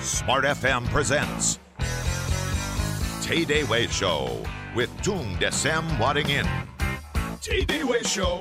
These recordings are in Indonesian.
Smart FM presents Tay Day Way Show with Tung Desem Wadding In. Tay Day Way Show.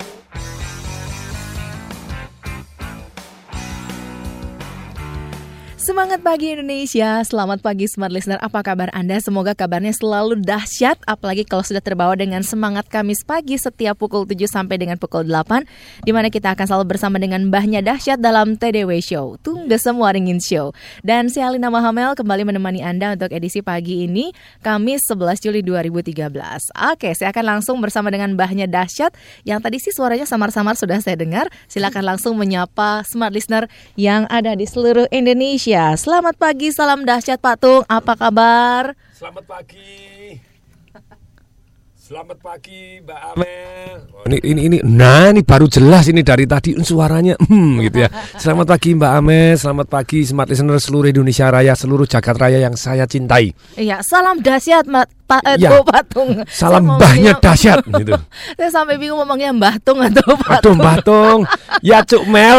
Semangat pagi Indonesia, selamat pagi Smart Listener, apa kabar Anda? Semoga kabarnya selalu dahsyat, apalagi kalau sudah terbawa dengan semangat Kamis pagi setiap pukul 7 sampai dengan pukul 8, di mana kita akan selalu bersama dengan Mbahnya Dahsyat dalam TDW Show, Tung Desem Wadding In Show. Dan saya Alina Mahamel kembali menemani Anda untuk edisi pagi ini, Kamis 11 Juli 2013. Oke, saya akan langsung bersama dengan Mbahnya Dahsyat, yang tadi sih suaranya samar-samar sudah saya dengar. Silakan langsung menyapa Smart Listener yang ada di seluruh Indonesia. Selamat pagi, salam dahsyat Pak Tung, apa kabar? Selamat pagi. Selamat pagi Mbak Amel. Ini baru jelas ini dari tadi suaranya gitu ya. Selamat pagi Mbak Amel, selamat pagi Smart Listener seluruh Indonesia Raya, seluruh jagat raya yang saya cintai. Iya, salam dahsyat Pak Tung. Salam Mbahnya Dahsyat gitu. Saya sampai bingung ngomongnya Mbah Tung atau Pak Tung. Aduh Mbah Tung. Ya Cuk Mel.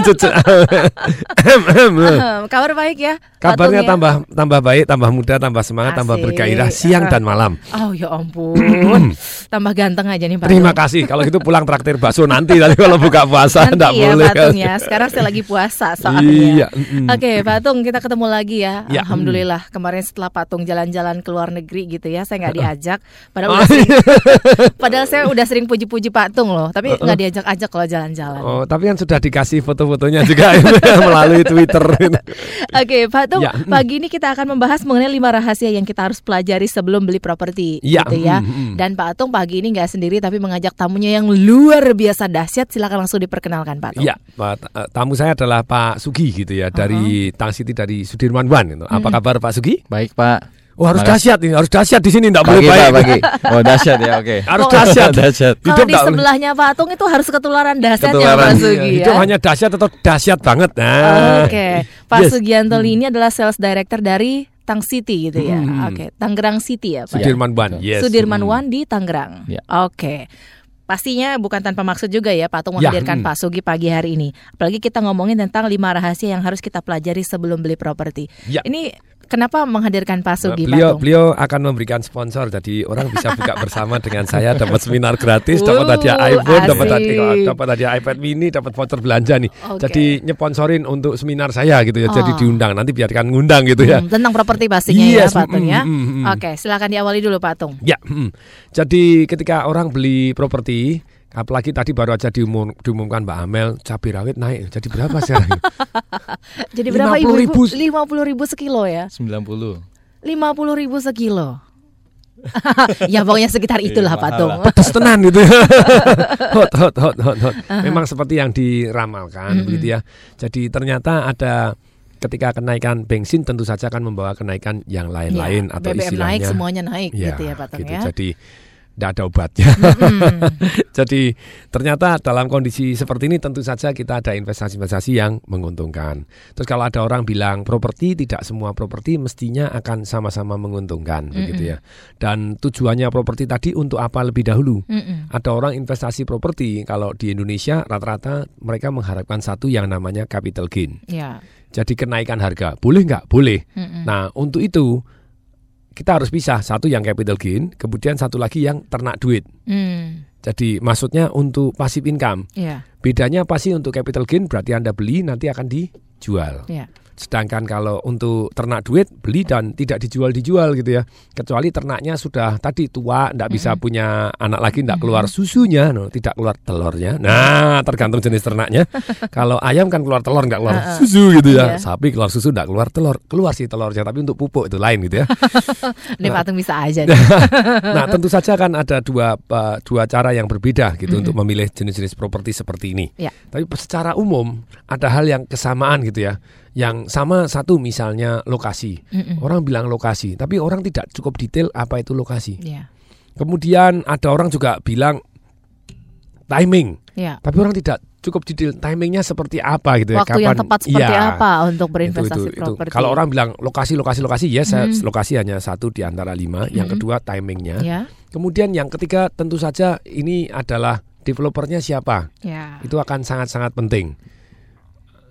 Kabar baik ya? Kabarnya tambah baik, tambah muda, tambah semangat, tambah bergairah siang dan malam. Oh ya ampun. Tambah ganteng aja nih Pak. Terima kasih. Kalau gitu pulang traktir bakso nanti kalau buka puasa enggak ya, boleh. Pak Tung ya. Sekarang saya lagi puasa soalnya. Iya. Oke, Pak Tung, kita ketemu lagi ya. Ya. Alhamdulillah. Kemarin setelah Pak Tung jalan-jalan ke luar negeri gitu ya, saya nggak diajak. Padahal saya udah sering puji-puji Pak Tung loh, tapi nggak diajak-ajak kalau jalan-jalan. Oh, tapi kan sudah dikasih foto-fotonya juga melalui Twitter. Oke, Pak Tung, Ya. pagi ini kita akan membahas mengenai 5 rahasia yang kita harus pelajari sebelum beli properti, Ya. gitu ya. Dan Pak Tung pagi ini nggak sendiri, tapi mengajak tamunya yang luar biasa dahsyat. Silakan langsung diperkenalkan Pak Tung. Ya, tamu saya adalah Pak Sugi gitu ya, dari Tang City, dari Sudirman One. Gitu. Apa kabar Pak Sugi? Baik Pak. Oh, harus dahsyat ini, harus dahsyat di sini, enggak boleh Pagi, baik. Pak, pagi. Oh, dahsyat ya, oke. Harus dahsyat. Dahsyat. Kalau di sebelahnya Pak Tung itu harus ketularan dahsyatnya Pak Sugi Itu ya. hanya dahsyat atau dahsyat banget. Nah. Oke, Pak Yes. Sugianto ini adalah sales director dari Tang City gitu ya. Oke, Tangerang City ya Pak. Sudirman One. Yes. Sudirman One di Tangerang. Ya. Oke. Pastinya bukan tanpa maksud juga ya Pak Tung menghadirkan Pak Sugi pagi hari ini. Apalagi kita ngomongin tentang 5 rahasia yang harus kita pelajari sebelum beli properti. Ya. Ini kenapa menghadirkan Pak Sugi, Pak Tung? Beliau akan memberikan sponsor, jadi orang bisa buka bersama dengan saya, dapat seminar gratis, dapat hadiah iPhone, dapat hadiah iPad mini, dapat voucher belanja nih. Oke. Jadi nyponsorin untuk seminar saya gitu ya. Jadi diundang, nanti biarkan ngundang gitu ya. Tentang properti pastinya Yes, ya Pak Tung ya. mm. Oke, silakan diawali dulu Pak Tung. Ya, jadi ketika orang beli properti, apalagi tadi baru aja diumumkan Mbak Amel, cabai rawit naik. Jadi berapa sekarang? Jadi berapa 50.000. ibu? 50.000 sekilo ya? 90. 50.000 sekilo. Ya pokoknya sekitar itulah Iya, Pak mahal Tung. lah. Pedes tenan gitu ya. hot. Memang seperti yang diramalkan begitu ya. Jadi ternyata ada ketika kenaikan bensin tentu saja akan membawa kenaikan yang lain-lain atau BBM istilahnya naik semuanya naik gitu ya Pak Tung gitu. ya. Jadi tidak ada obatnya. Jadi ternyata dalam kondisi seperti ini tentu saja kita ada investasi-investasi yang menguntungkan. Terus kalau ada orang bilang properti, tidak semua properti mestinya akan sama-sama menguntungkan begitu ya. Dan tujuannya properti tadi untuk apa lebih dahulu? Ada orang investasi properti, kalau di Indonesia rata-rata mereka mengharapkan satu yang namanya capital gain. Ya. Jadi kenaikan harga, boleh nggak? Boleh. Nah untuk itu kita harus pisah, satu yang capital gain, kemudian satu lagi yang ternak duit. Jadi maksudnya untuk passive income. Ya. Bedanya apa sih? Untuk capital gain berarti Anda beli nanti akan dijual. Ya. Sedangkan kalau untuk ternak duit, beli dan tidak dijual gitu ya. Kecuali ternaknya sudah tadi tua, tidak bisa punya anak lagi, tidak keluar susunya, tidak keluar telurnya. Nah, tergantung jenis ternaknya. Kalau ayam kan keluar telur, nggak keluar susu gitu ya. Iya. Sapi keluar susu, tidak keluar telur. Keluar sih telurnya, tapi untuk pupuk itu lain gitu ya. Ini Pak Tung bisa aja nih. Nah, tentu saja kan ada dua cara yang berbeda gitu untuk memilih jenis-jenis properti seperti ini. Ya. Tapi secara umum ada hal yang kesamaan gitu ya. Yang sama satu misalnya lokasi. Orang bilang lokasi, tapi orang tidak cukup detail apa itu lokasi. Ya. Kemudian ada orang juga bilang timing. Ya. Tapi orang tidak cukup detail timingnya seperti apa gitu ya. Waktu yang tepat seperti apa untuk berinvestasi itu. properti. Kalau orang bilang lokasi, ya lokasi hanya satu di antara 5. Yang kedua timingnya. Ya. Kemudian yang ketiga tentu saja ini adalah developernya siapa. Ya. Itu akan sangat-sangat penting.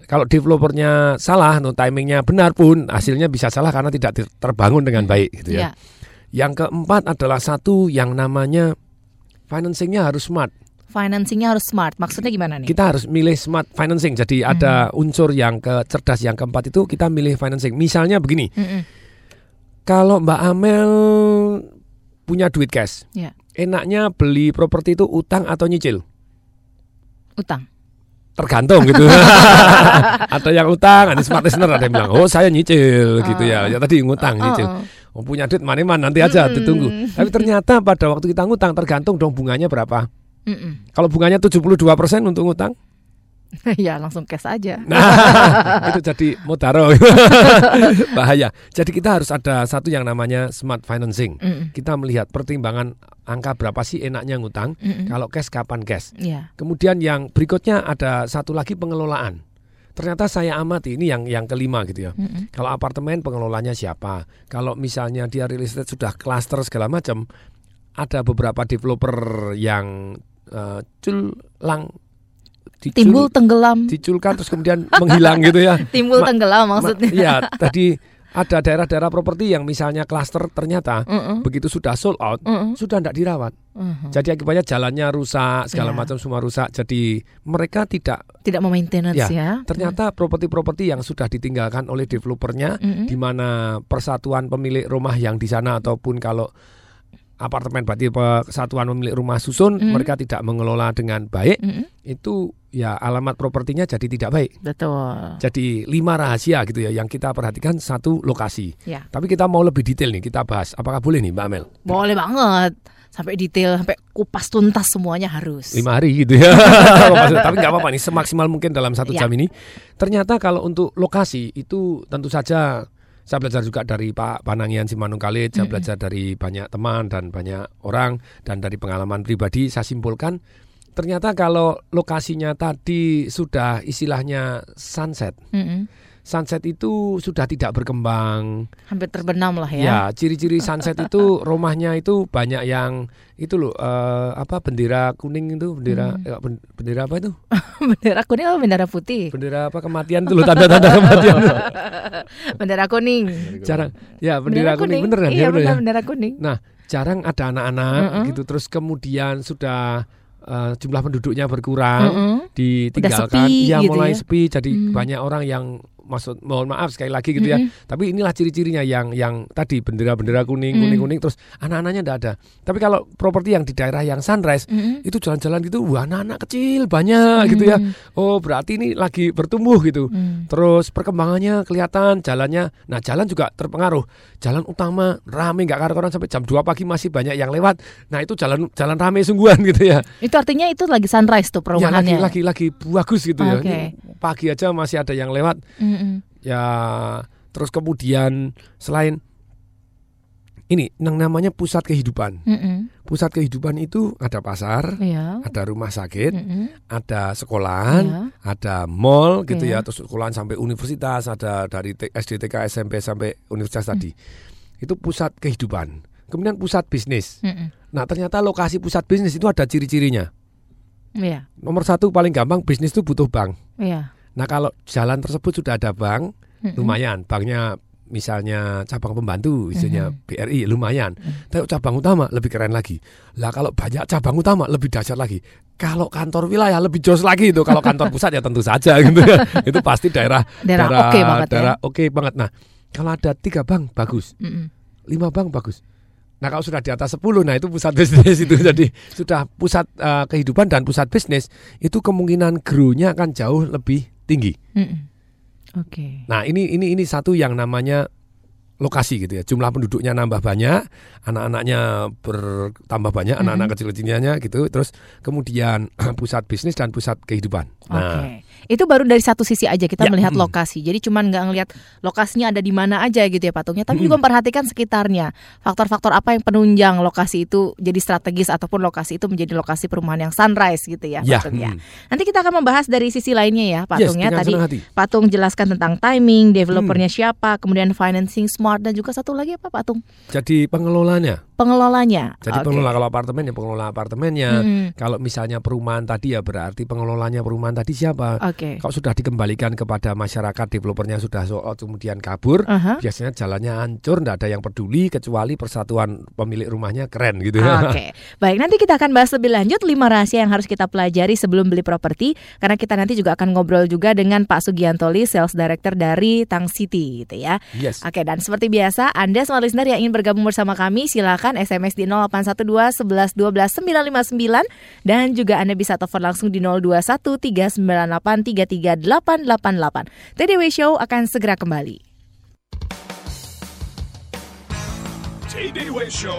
kalau developernya salah, timingnya benar pun hasilnya bisa salah karena tidak terbangun dengan baik gitu ya. Yang keempat adalah satu yang namanya financingnya harus smart. Financingnya harus smart. Maksudnya gimana nih? Kita harus milih smart financing. Jadi ada unsur yang cerdas yang keempat itu kita milih financing. Misalnya begini. Kalau Mbak Amel punya duit cash, enaknya beli properti itu utang atau nyicil? Utang. Tergantung gitu. Ada yang utang, ada smart listener ada yang bilang, oh saya nyicil gitu ya. Ya tadi ngutang nyicil. Oh punya duit mana nanti aja ditunggu. Tapi ternyata pada waktu kita ngutang tergantung dong bunganya berapa. Kalau bunganya 72% untuk ngutang, ya langsung cash aja. Nah, itu jadi modaro. Bahaya. Jadi kita harus ada satu yang namanya smart financing. Kita melihat pertimbangan angka berapa sih enaknya ngutang, kalau cash kapan cash. Kemudian yang berikutnya ada satu lagi pengelolaan. Ternyata saya amati ini yang kelima gitu ya. Kalau apartemen pengelolanya siapa? Kalau misalnya dia real estate sudah cluster segala macam, ada beberapa developer yang timbul tenggelam, diculkan terus kemudian menghilang gitu ya. Timbul tenggelam maksudnya. Iya, tadi ada daerah-daerah properti yang misalnya klaster ternyata begitu sudah sold out, sudah tidak dirawat. Jadi akibatnya jalannya rusak, segala macam semua rusak. Jadi mereka tidak maintenance ya. Ternyata properti-properti yang sudah ditinggalkan oleh developernya, di mana persatuan pemilik rumah yang di sana ataupun kalau apartemen berarti kesatuan pemilik rumah susun, mereka tidak mengelola dengan baik, itu ya alamat propertinya jadi tidak baik. Betul. Jadi 5 rahasia gitu ya yang kita perhatikan. Satu, lokasi. Tapi kita mau lebih detail nih, kita bahas. Apakah boleh nih Mbak Amel? Boleh banget. Sampai detail, sampai kupas tuntas semuanya harus. 5 hari gitu ya. Tapi nggak apa-apa nih, semaksimal mungkin dalam 1 jam ini. Ternyata kalau untuk lokasi itu tentu saja saya belajar juga dari Pak Panangian Simanungkalit, saya belajar dari banyak teman dan banyak orang, dan dari pengalaman pribadi saya simpulkan ternyata kalau lokasinya tadi sudah istilahnya sunset. Sunset itu sudah tidak berkembang, hampir terbenam lah ya. Ya, ciri-ciri sunset itu rumahnya itu banyak yang itu loh, bendera kuning itu, bendera apa itu? Bendera kuning atau bendera putih? Bendera apa kematian itu loh, tanda-tanda kematian. Bendera kuning. Jarang. Ya, bendera kuning bener kan? Iya, bener, bendera kuning. Nah, jarang ada anak-anak gitu, terus kemudian sudah jumlah penduduknya berkurang, ditinggalkan, sepi, ya gitu mulai ya? sepi. Jadi banyak orang yang mohon maaf sekali lagi gitu ya. Tapi inilah ciri-cirinya yang tadi bendera kuning terus anak-anaknya enggak ada. Tapi kalau properti yang di daerah yang sunrise itu jalan-jalan gitu, wah anak-anak kecil banyak gitu ya. Oh, berarti ini lagi bertumbuh gitu. Terus perkembangannya kelihatan, jalannya. Nah, jalan juga terpengaruh. Jalan utama rame enggak karuan sampai jam 2 pagi masih banyak yang lewat. Nah, itu jalan rame sungguhan gitu ya. Itu artinya itu lagi sunrise tuh perumahannya. Ya, lagi bagus gitu ya. Okay. Ini pagi aja masih ada yang lewat. Ya, terus kemudian selain ini yang namanya pusat kehidupan. Pusat kehidupan itu ada pasar, ada rumah sakit, ada sekolahan, ada mall gitu ya, terus sekolahan sampai universitas, ada dari SD, TK, SMP sampai universitas tadi. Itu pusat kehidupan. Kemudian pusat bisnis. Nah, ternyata lokasi pusat bisnis itu ada ciri-cirinya. Nomor 1 paling gampang, bisnis itu butuh bank. Nah, kalau jalan tersebut sudah ada bank, lumayan. Banknya misalnya cabang pembantu, isinya BRI, lumayan. Tapi cabang utama lebih keren lagi. Lah kalau banyak cabang utama lebih dahsyat lagi. Kalau kantor wilayah lebih jos lagi itu. Kalau kantor pusat ya tentu saja gitu ya. Itu pasti daerah oke banget ya. Oke banget. Nah, kalau ada 3 bank bagus. 5 bank bagus. Nah, kalau sudah di atas 10, nah itu pusat bisnis itu. Jadi sudah pusat kehidupan dan pusat bisnis, itu kemungkinan grow-nya akan jauh lebih tinggi. Oke. Nah, ini satu yang namanya lokasi gitu ya. Jumlah penduduknya nambah banyak, anak-anaknya bertambah banyak, anak-anak kecil-kecilnya gitu. Terus kemudian pusat bisnis dan pusat kehidupan. Nah, itu baru dari satu sisi aja kita melihat lokasi. Jadi cuman nggak ngelihat lokasinya ada di mana aja gitu ya patungnya, tapi juga memperhatikan sekitarnya. Faktor-faktor apa yang penunjang lokasi itu jadi strategis ataupun lokasi itu menjadi lokasi perumahan yang sunrise gitu ya patungnya. Nanti kita akan membahas dari sisi lainnya ya patungnya. Tadi Patung jelaskan tentang timing, developernya siapa, kemudian financing smart, dan juga satu lagi apa Patung? Jadi pengelolanya. pengelolanya. Jadi pengelola kalau apartemen ya pengelola apartemennya. Kalau misalnya perumahan tadi ya berarti pengelolanya perumahan tadi siapa. Kalau sudah dikembalikan kepada masyarakat, developernya sudah kemudian kabur, biasanya jalannya hancur, tidak ada yang peduli kecuali persatuan pemilik rumahnya keren gitu ya. Baik, nanti kita akan bahas lebih lanjut 5 rahasia yang harus kita pelajari sebelum beli properti, karena kita nanti juga akan ngobrol juga dengan Pak Sugiantoli, Sales Director dari Tang City gitu ya. Yes. Dan seperti biasa, Anda semua listener yang ingin bergabung bersama kami, silakan SMS di 0812 11 12 959 dan juga Anda bisa telepon langsung di 021 398 33888. TDW Show akan segera kembali. TDW Show.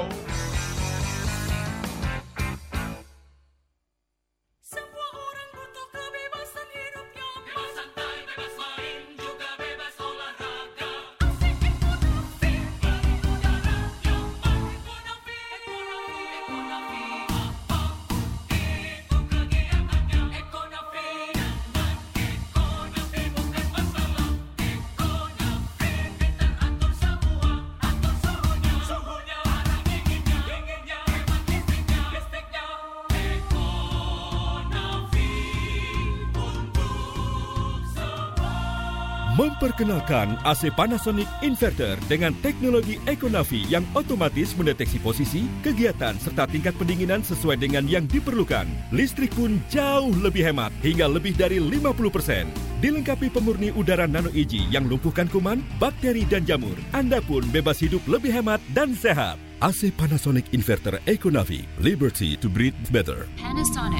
Memperkenalkan AC Panasonic Inverter dengan teknologi EcoNavi yang otomatis mendeteksi posisi, kegiatan, serta tingkat pendinginan sesuai dengan yang diperlukan. Listrik pun jauh lebih hemat, hingga lebih dari 50%. Dilengkapi pemurni udara Nano EG yang lumpuhkan kuman, bakteri, dan jamur. Anda pun bebas hidup lebih hemat dan sehat. AC Panasonic Inverter EcoNavi. Liberty to breathe better. Panasonic.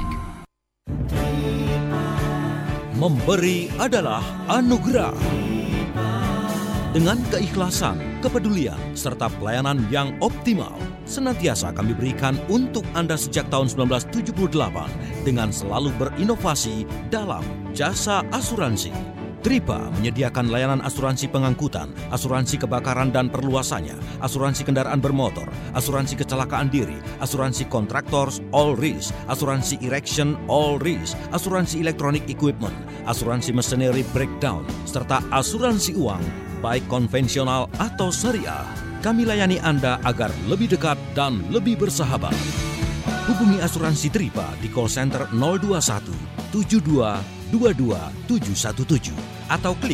Memberi adalah anugerah. Dengan keikhlasan, kepedulian, serta pelayanan yang optimal, senantiasa kami berikan untuk Anda sejak tahun 1978 dengan selalu berinovasi dalam jasa asuransi. Tripa menyediakan layanan asuransi pengangkutan, asuransi kebakaran dan perluasannya, asuransi kendaraan bermotor, asuransi kecelakaan diri, asuransi contractors all risk, asuransi erection all risk, asuransi electronic equipment, asuransi machinery breakdown, serta asuransi uang, baik konvensional atau syariah. Kami layani Anda agar lebih dekat dan lebih bersahabat. Hubungi asuransi Tripa di call center 021 72 22717 atau klik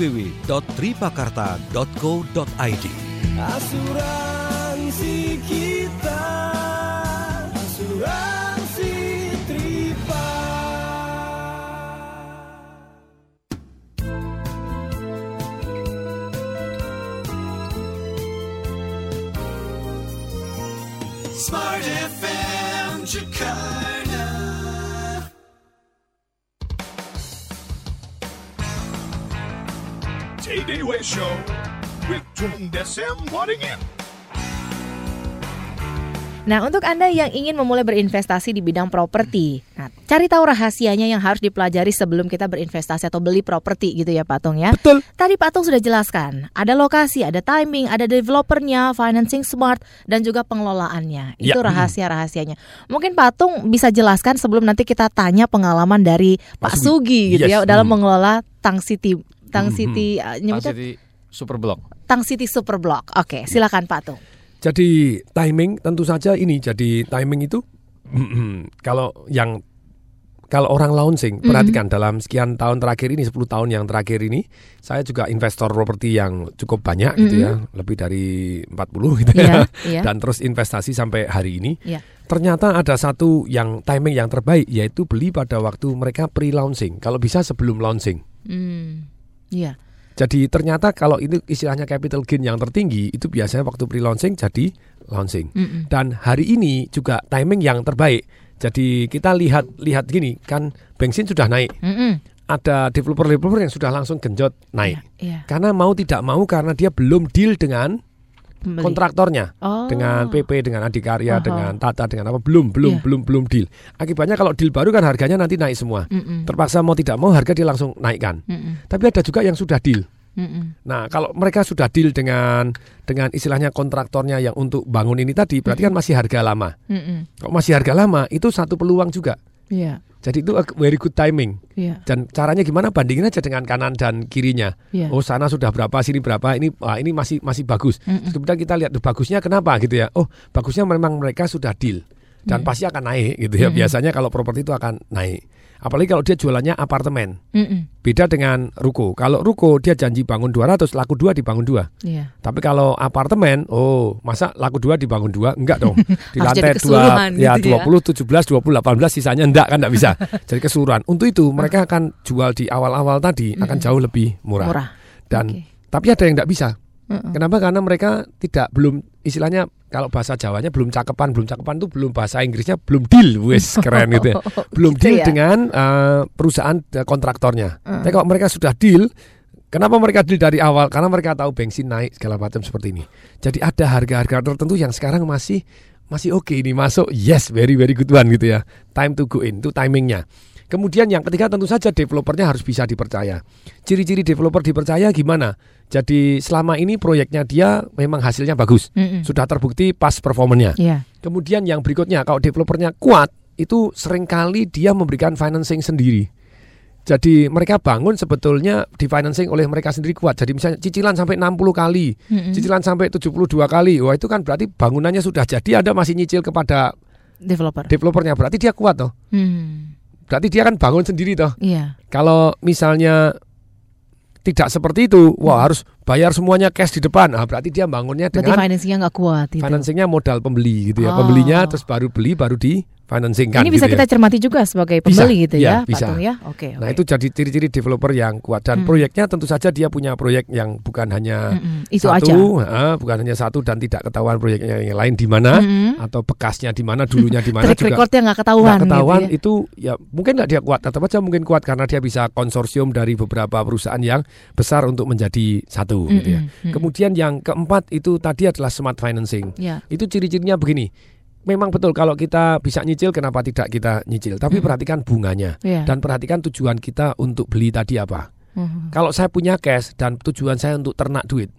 www.tripakarta.co.id. Asuransi kita, asuransi Tripa. Smart FM Jakarta. TDW Show with Tung Desem Wadding In. Nah, untuk Anda yang ingin memulai berinvestasi di bidang properti, nah, cari tahu rahasianya yang harus dipelajari sebelum kita berinvestasi atau beli properti gitu ya Pak Tung ya. Betul. Tadi Pak Tung sudah jelaskan, ada lokasi, ada timing, ada developernya, financing smart, dan juga pengelolaannya. Itu rahasia-rahasianya. Mungkin Pak Tung bisa jelaskan sebelum nanti kita tanya pengalaman dari Pak Sugi gitu ya dalam mengelola Tang City Superblock. Tang City Superblock. Oke, silakan Pak Tung. Jadi timing tentu saja ini. Jadi timing itu kalau orang launching, perhatikan dalam sekian tahun terakhir ini, 10 tahun yang terakhir ini, saya juga investor properti yang cukup banyak gitu ya, lebih dari 40 gitu ya. Dan terus investasi sampai hari ini. Ternyata ada satu yang timing yang terbaik, yaitu beli pada waktu mereka pre-launching. Kalau bisa sebelum launching. Jadi ternyata kalau itu istilahnya capital gain yang tertinggi, itu biasanya waktu pre-launching jadi launching. Dan hari ini juga timing yang terbaik. Jadi kita lihat gini, kan bensin sudah naik. Ada developer yang sudah langsung genjot naik. Karena mau tidak mau, karena dia belum deal dengan kontraktornya, dengan PP, dengan Adikarya, dengan Tata, dengan apa, belum deal. Akibatnya kalau deal baru kan harganya nanti naik semua. Terpaksa mau tidak mau harga dia langsung naikkan. Tapi ada juga yang sudah deal. Nah, kalau mereka sudah deal dengan istilahnya kontraktornya yang untuk bangun ini tadi, berarti kan masih harga lama. Kalau masih harga lama, itu satu peluang juga. Iya. Jadi itu very good timing. Iya. Dan caranya gimana? Bandingin aja dengan kanan dan kirinya. Iya. Oh, sana sudah berapa, sini berapa, ini masih bagus. Terus kemudian kita lihat bagusnya kenapa gitu ya. Oh, bagusnya memang mereka sudah deal. Dan pasti akan naik gitu ya. Biasanya kalau properti itu akan naik. Apalagi kalau dia jualannya apartemen. Beda dengan ruko. Kalau ruko dia janji bangun 200, laku 2 dibangun 2. Iya. Tapi kalau apartemen, masa laku 2 dibangun 2? Enggak dong. Di Harus lantai jadi keseluruhan 2 gitu ya ya. 20, 17, 20, 18 sisanya enggak kan, enggak bisa. Jadi keseluruhan. Untuk itu mereka akan jual di awal-awal tadi akan jauh lebih murah. Dan tapi ada yang enggak bisa. Kenapa? Karena mereka belum istilahnya kalau bahasa Jawanya belum cakepan itu belum bahasa Inggrisnya belum deal, wes keren gitu ya. Belum Gitu deal ya? dengan perusahaan kontraktornya. Tapi kalau mereka sudah deal, kenapa mereka deal dari awal? Karena mereka tahu bensin naik segala macam seperti ini. Jadi ada harga-harga tertentu yang sekarang masih oke ini masuk, yes, very very good one gitu ya. Time to go in, itu timingnya. Kemudian yang ketiga tentu saja developernya harus bisa dipercaya. Ciri-ciri developer dipercaya gimana? Jadi selama ini proyeknya dia memang hasilnya bagus. Sudah terbukti pas performanya. Iya. Kemudian yang berikutnya kalau developernya kuat, itu seringkali dia memberikan financing sendiri. Jadi mereka bangun sebetulnya di financing oleh mereka sendiri kuat. Jadi misalnya cicilan sampai 60 kali, cicilan sampai 72 kali. Wah, itu kan berarti bangunannya sudah jadi, Anda masih nyicil kepada developernya. Berarti dia kuat toh. Berarti dia kan bangun sendiri toh. Iya. Kalau misalnya tidak seperti itu, harus bayar semuanya cash di depan. Berarti dia bangunnya Berarti dengan financingnya nggak kuat. Gitu. financingnya modal pembeli gitu ya. Pembelinya terus baru beli, baru di financing kan. Ini bisa gitu kita ya. cermati juga sebagai pembeli Bisa, gitu ya, ya, bisa. Pak Tung ya. Oke. Nah itu jadi ciri-ciri developer yang kuat. Dan proyeknya tentu saja dia punya proyek yang bukan hanya itu satu, aja. Bukan hanya satu dan tidak ketahuan proyeknya yang lain di mana atau bekasnya di mana, dulunya di mana Track juga. recordnya nggak ketahuan. Nggak ketahuan gitu ya. itu ya mungkin nggak dia kuat, tetap aja mungkin kuat karena dia bisa konsorsium dari beberapa perusahaan yang besar untuk menjadi satu gitu ya. Kemudian yang keempat itu tadi adalah smart financing. Ya. Itu ciri-cirinya begini. Memang betul kalau kita bisa nyicil, kenapa tidak kita nyicil? Tapi perhatikan bunganya dan perhatikan tujuan kita untuk beli tadi apa. Kalau saya punya cash dan tujuan saya untuk ternak duit,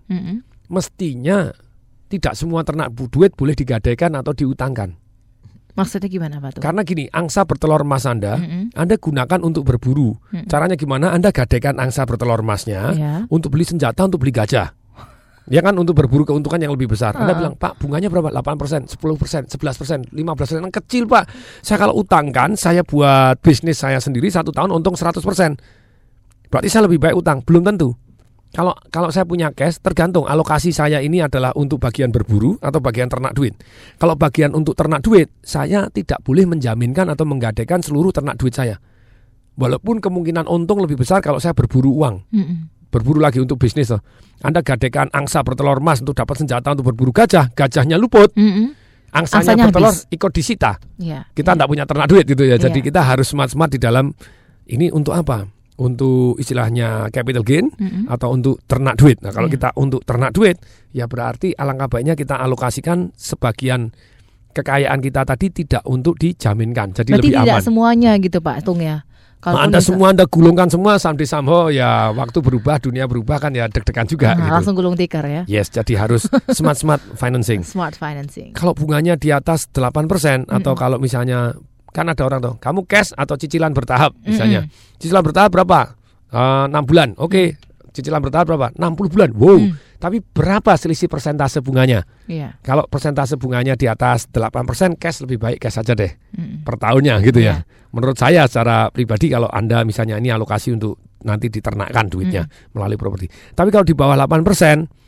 mestinya tidak semua ternak duit boleh digadaikan atau diutangkan. Maksudnya gimana Pak Tung? Karena gini, angsa bertelur emas Anda gunakan untuk berburu. Caranya gimana? Anda gadaikan angsa bertelur emasnya untuk beli senjata, untuk beli gajah. Ya kan, untuk berburu keuntungan yang lebih besar. Anda bilang, Pak, bunganya berapa? 8%, 10%, 11%, 15%. Yang kecil, Pak. Saya kalau utangkan, saya buat bisnis saya sendiri 1 tahun untung 100%. Berarti saya lebih baik utang. Belum tentu. Kalau saya punya cash, tergantung alokasi saya ini adalah untuk bagian berburu atau bagian ternak duit. Kalau bagian untuk ternak duit, saya tidak boleh menjaminkan atau menggadaikan seluruh ternak duit saya. Walaupun kemungkinan untung lebih besar kalau saya berburu uang. Berburu lagi untuk bisnis loh. Anda gadaikan angsa bertelur emas untuk dapat senjata untuk berburu gajah, gajahnya luput, angsanya bertelur ikut disita. Kita tidak punya ternak duit gitu ya. Jadi kita harus smart-smart di dalam ini untuk apa? Untuk istilahnya capital gain atau untuk ternak duit. Nah kalau kita untuk ternak duit, ya berarti alangkah baiknya kita alokasikan sebagian kekayaan kita tadi tidak untuk dijaminkan. Jadi berarti lebih aman. tidak semuanya gitu Pak Tung ya. Kalau Anda gulungkan semua somehow ya waktu berubah, dunia berubah kan ya deg-degan juga gitu. Langsung gulung tikar ya. Yes, jadi harus smart financing. Smart financing. Kalau bunganya di atas 8% atau kalau misalnya kan ada orang tuh, kamu cash atau cicilan bertahap misalnya. Cicilan bertahap berapa? 6 bulan. Oke. Cicilan bertahap berapa? 60 bulan. Wow. Tapi berapa selisih persentase bunganya? Kalau persentase bunganya di atas 8%, cash lebih baik cash aja deh. Per tahunnya gitu ya. Menurut saya secara pribadi kalau Anda misalnya ini alokasi untuk nanti diternakkan duitnya melalui properti. Tapi kalau di bawah 8%,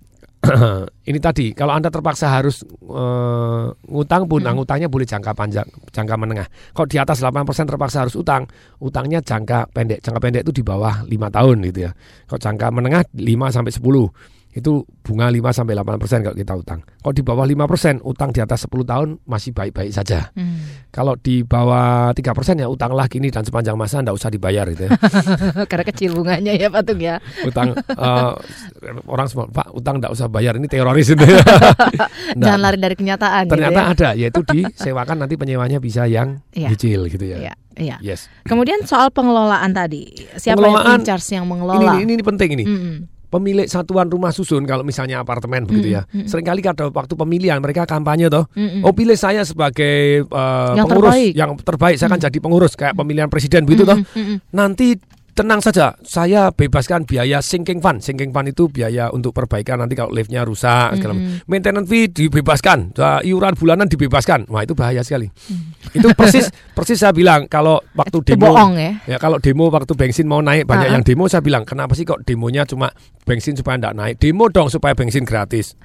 ini tadi kalau Anda terpaksa harus ngutang pun, ngutangnya boleh jangka panjang, jangka menengah. Kalau di atas 8% terpaksa harus utangnya jangka pendek. Jangka pendek itu di bawah 5 tahun gitu ya. Kalau jangka menengah 5 sampai 10. Itu bunga 5-8% kalau kita utang. Kalau di bawah 5%, utang di atas 10 tahun masih baik-baik saja. Kalau di bawah 3% ya utanglah kini dan sepanjang masa enggak usah dibayar gitu ya. Karena kecil bunganya ya Pak Tung ya. Utang orang semua, Pak, utang enggak usah bayar, ini teroris itu ya. Jangan lari dari kenyataan. Ternyata gitu ya. ada, yaitu disewakan nanti penyewanya bisa yang nyicil gitu ya. Iya. Yes. Kemudian soal pengelolaan tadi, siapa Pengelolaan, yang in charge yang mengelola? Ini penting ini. pemilik satuan rumah susun kalau misalnya apartemen begitu ya. Seringkali pada waktu pemilihan mereka kampanye toh. Oh, pilih saya sebagai pengurus yang terbaik, saya akan jadi pengurus kayak pemilihan presiden begitu toh. Nanti tenang saja, saya bebaskan biaya sinking fund. Sinking fund itu biaya untuk perbaikan nanti kalau liftnya rusak, maintenance fee dibebaskan, iuran bulanan dibebaskan. Wah, itu bahaya sekali. Itu persis saya bilang kalau waktu demo, ya kalau demo waktu bensin mau naik banyak yang demo, saya bilang kenapa sih kok demonya cuma bensin supaya enggak naik? Demo dong supaya bensin gratis.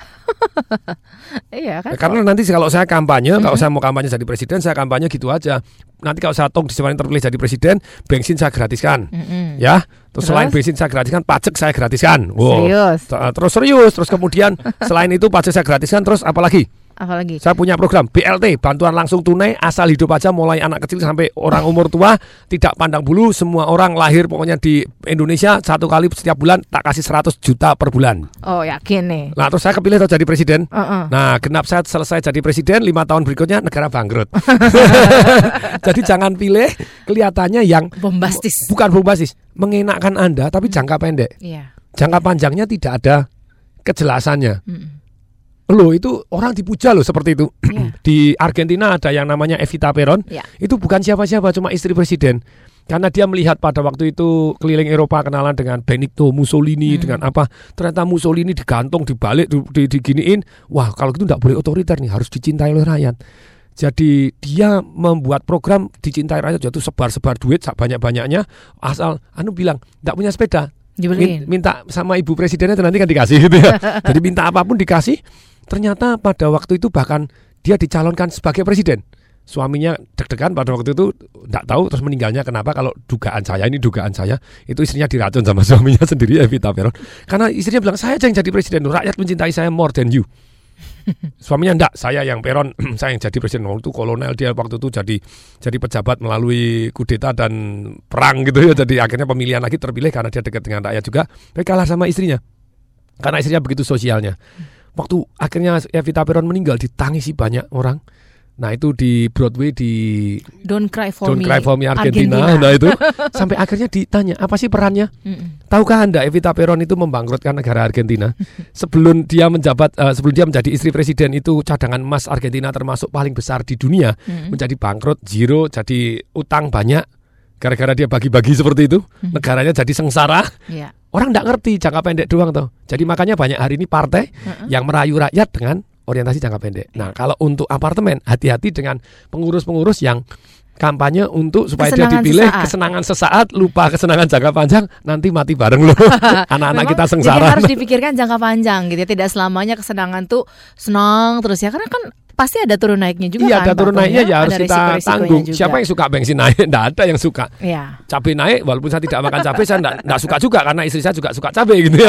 Iya kan? Karena nanti kalau saya kampanye, kalau saya mau kampanye jadi presiden, saya kampanye gitu aja. Nanti kalau saya terpilih jadi presiden, bensin saya gratiskan. Ya, terus selain bensin saya gratiskan, pajak saya gratiskan. Wow. Serius. Terus kemudian selain itu pajak saya gratiskan, terus apalagi? Saya punya program BLT, bantuan langsung tunai asal hidup aja, mulai anak kecil sampai orang umur tua, tidak pandang bulu, semua orang lahir pokoknya di Indonesia 1 kali setiap bulan tak kasih 100 juta per bulan. Oh, yakin nih. Nah, terus saya kepilih jadi presiden. Nah, genap saya selesai jadi presiden, 5 tahun berikutnya negara bangkrut. Jadi jangan pilih kelihatannya yang bombastis. Bukan bombastis, mengenakkan Anda tapi jangka pendek. Jangka panjangnya tidak ada kejelasannya. Loh, itu orang dipuja loh seperti itu. Di Argentina ada yang namanya Evita Peron. Itu bukan siapa-siapa, cuma istri presiden. Karena dia melihat pada waktu itu keliling Eropa kenalan dengan Benito Mussolini, dengan apa. Ternyata Mussolini digantung, dibalik, diginiin. Wah, kalau gitu tidak boleh otoriter nih, harus dicintai oleh rakyat. Jadi dia membuat program dicintai rakyat, jatuh sebar-sebar duit banyak-banyaknya. Asal bilang tidak punya sepeda, minta sama ibu presidennya nanti kan dikasih gitu ya. Jadi minta apapun dikasih. Ternyata pada waktu itu bahkan dia dicalonkan sebagai presiden. Suaminya deg-degan pada waktu itu, tidak tahu, terus meninggalnya kenapa. Kalau dugaan saya itu istrinya diracun sama suaminya sendiri, Evita Peron. Karena istrinya bilang, saya aja yang jadi presiden, rakyat mencintai saya more than you. Suaminya enggak, saya yang Peron, saya yang jadi presiden. Waktu itu kolonel, dia waktu itu jadi pejabat melalui kudeta dan perang gitu ya. Jadi akhirnya pemilihan lagi terpilih karena dia dekat dengan rakyat juga. Tapi kalah sama istrinya karena istrinya begitu sosialnya. Waktu akhirnya Evita Peron meninggal, ditangisi banyak orang. Nah, itu di Broadway di Don't Cry For Me Argentina. Nah, itu sampai akhirnya ditanya, apa sih perannya? Tahukah Anda Evita Peron itu membangkrutkan negara Argentina? Sebelum dia menjadi istri presiden itu cadangan emas Argentina termasuk paling besar di dunia, menjadi bangkrut, zero, jadi utang banyak. Gara-gara dia bagi-bagi seperti itu, negaranya jadi sengsara. Orang tidak ngerti, jangka pendek doang toh. Jadi makanya banyak hari ini partai yang merayu rakyat dengan orientasi jangka pendek. Nah, kalau untuk apartemen, hati-hati dengan pengurus-pengurus yang kampanye untuk supaya dia dipilih kesenangan sesaat, lupa kesenangan jangka panjang, nanti mati bareng loh. Anak-anak kita sengsara. Jadi harus dipikirkan jangka panjang gitu ya. Tidak selamanya kesenangan tuh senang terus ya, karena kan pasti ada turun naiknya juga. Iya, ada turun naiknya ya, harus kita tanggung. Juga. Siapa yang suka bensin naik? Tidak ada yang suka. Cabai naik, walaupun saya tidak makan cabai, saya tidak suka juga karena istri saya juga suka cabai gitu ya.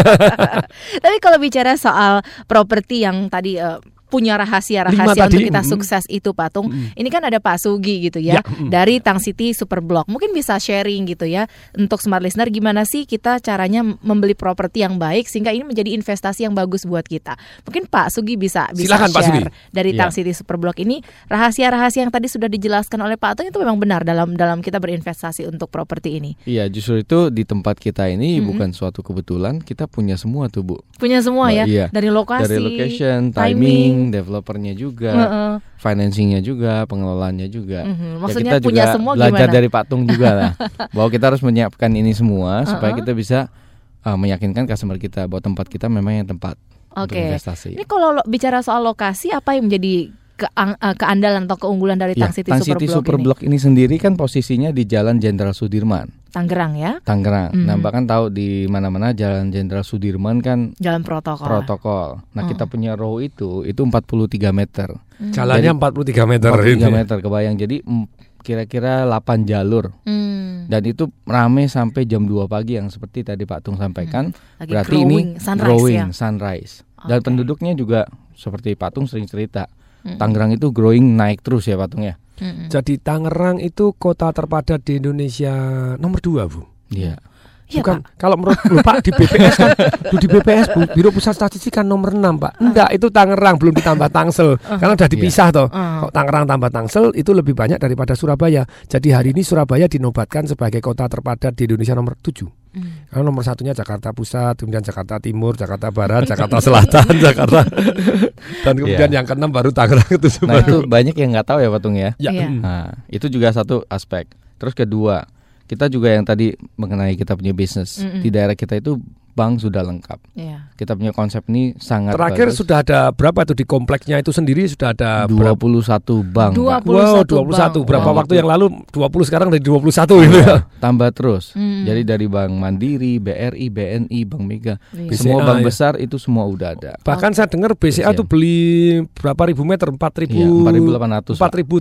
Tapi kalau bicara soal properti yang tadi punya rahasia-rahasia untuk kita sukses itu, Pak Tung. Ini kan ada Pak Sugi gitu ya, dari Tang City Super Block. Mungkin bisa sharing gitu ya untuk smart listener, gimana sih kita caranya membeli properti yang baik sehingga ini menjadi investasi yang bagus buat kita. Mungkin Pak Sugi bisa silakan, share Pak Sugi. Dari Tang City Super Block ini rahasia-rahasia yang tadi sudah dijelaskan oleh Pak Tung itu memang benar dalam kita berinvestasi untuk properti ini. Iya, justru itu di tempat kita ini bukan suatu kebetulan, kita punya semua tuh, Bu. Punya semua ya, iya. Dari lokasi, dari location, timing, developernya juga, financingnya juga, pengelolaannya juga. Maksudnya ya kita punya juga semua belajar gimana? dari Pak Tung juga lah, bahwa kita harus menyiapkan ini semua supaya kita bisa meyakinkan customer kita bahwa tempat kita memang yang tempat untuk investasi. Ini kalau bicara soal lokasi, apa yang menjadi keandalan atau keunggulan dari Tang City Super Block ini sendiri kan posisinya di Jalan Jenderal Sudirman, Tangerang ya. Tangerang. Nah, bahkan tahu di mana-mana Jalan Jenderal Sudirman kan jalan protokol. Nah, kita punya row itu 43 meter. Jalannya 43 meter. 43 meter, kebayang. Jadi kira-kira 8 jalur. Dan itu rame sampai jam 2 pagi yang seperti tadi Pak Tung sampaikan. Berarti ini sunrise. Dan penduduknya juga seperti Pak Tung sering cerita, Tangerang itu growing, naik terus ya Pak Tung ya. Jadi Tangerang itu kota terpadat di Indonesia nomor 2, Bu. Iya. Bukan, kalau menurut Pak di BPS kan, di BPS Bu, Biro Pusat Statistik kan nomor 6 Pak. Enggak, itu Tangerang belum ditambah Tangsel. Karena udah dipisah toh. Kalau Tangerang tambah Tangsel itu lebih banyak daripada Surabaya. Jadi hari ini Surabaya dinobatkan sebagai kota terpadat di Indonesia nomor 7. Karena nomor satunya Jakarta Pusat, kemudian Jakarta Timur, Jakarta Barat, Jakarta Selatan, Jakarta dan kemudian yang keenam baru Tangerang itu. Nah itu banyak yang nggak tahu ya Pak Tung ya. Nah, itu juga satu aspek. Terus kedua, kita juga yang tadi mengenai kita punya bisnis di daerah kita itu bank sudah lengkap. Kita punya konsep ini sangat terakhir bagus. Sudah ada berapa itu di kompleksnya itu sendiri sudah ada 21 bank. 21. Berapa waktu yang lalu 20 sekarang dari 21 gitu ya. Tambah terus. Jadi dari Bank Mandiri, BRI, BNI, Bank Mega, semua bank besar itu semua udah ada. Bahkan saya dengar BCA tuh beli berapa ribu meter? 4.860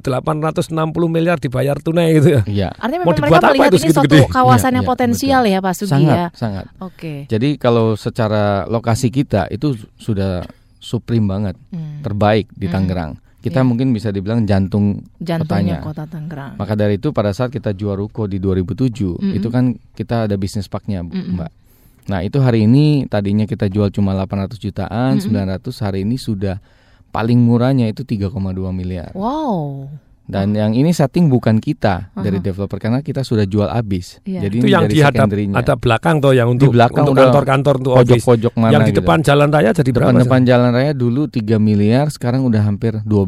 miliar dibayar tunai gitu ya. Artinya memang mereka melihat ini suatu kawasan yang potensial ya Pak Sugi ya. Sangat. Oke. Jadi kalau secara lokasi kita itu sudah supreme banget, terbaik di Tangerang. Kita mungkin bisa dibilang jantungnya kota Tangerang. Maka dari itu pada saat kita jual ruko di 2007, itu kan kita ada bisnis parknya, Mbak. Nah itu hari ini tadinya kita jual cuma 800 jutaan, 900, hari ini sudah paling murahnya itu 3,2 miliar. Wow. Dan yang ini setting bukan kita dari developer karena kita sudah jual habis. Jadi itu yang di ada belakang toh yang untuk kantor-kantor untuk pojok-pojok mana yang di depan jalan raya jadi berapa? Depan jalan raya dulu 3 miliar, sekarang udah hampir 12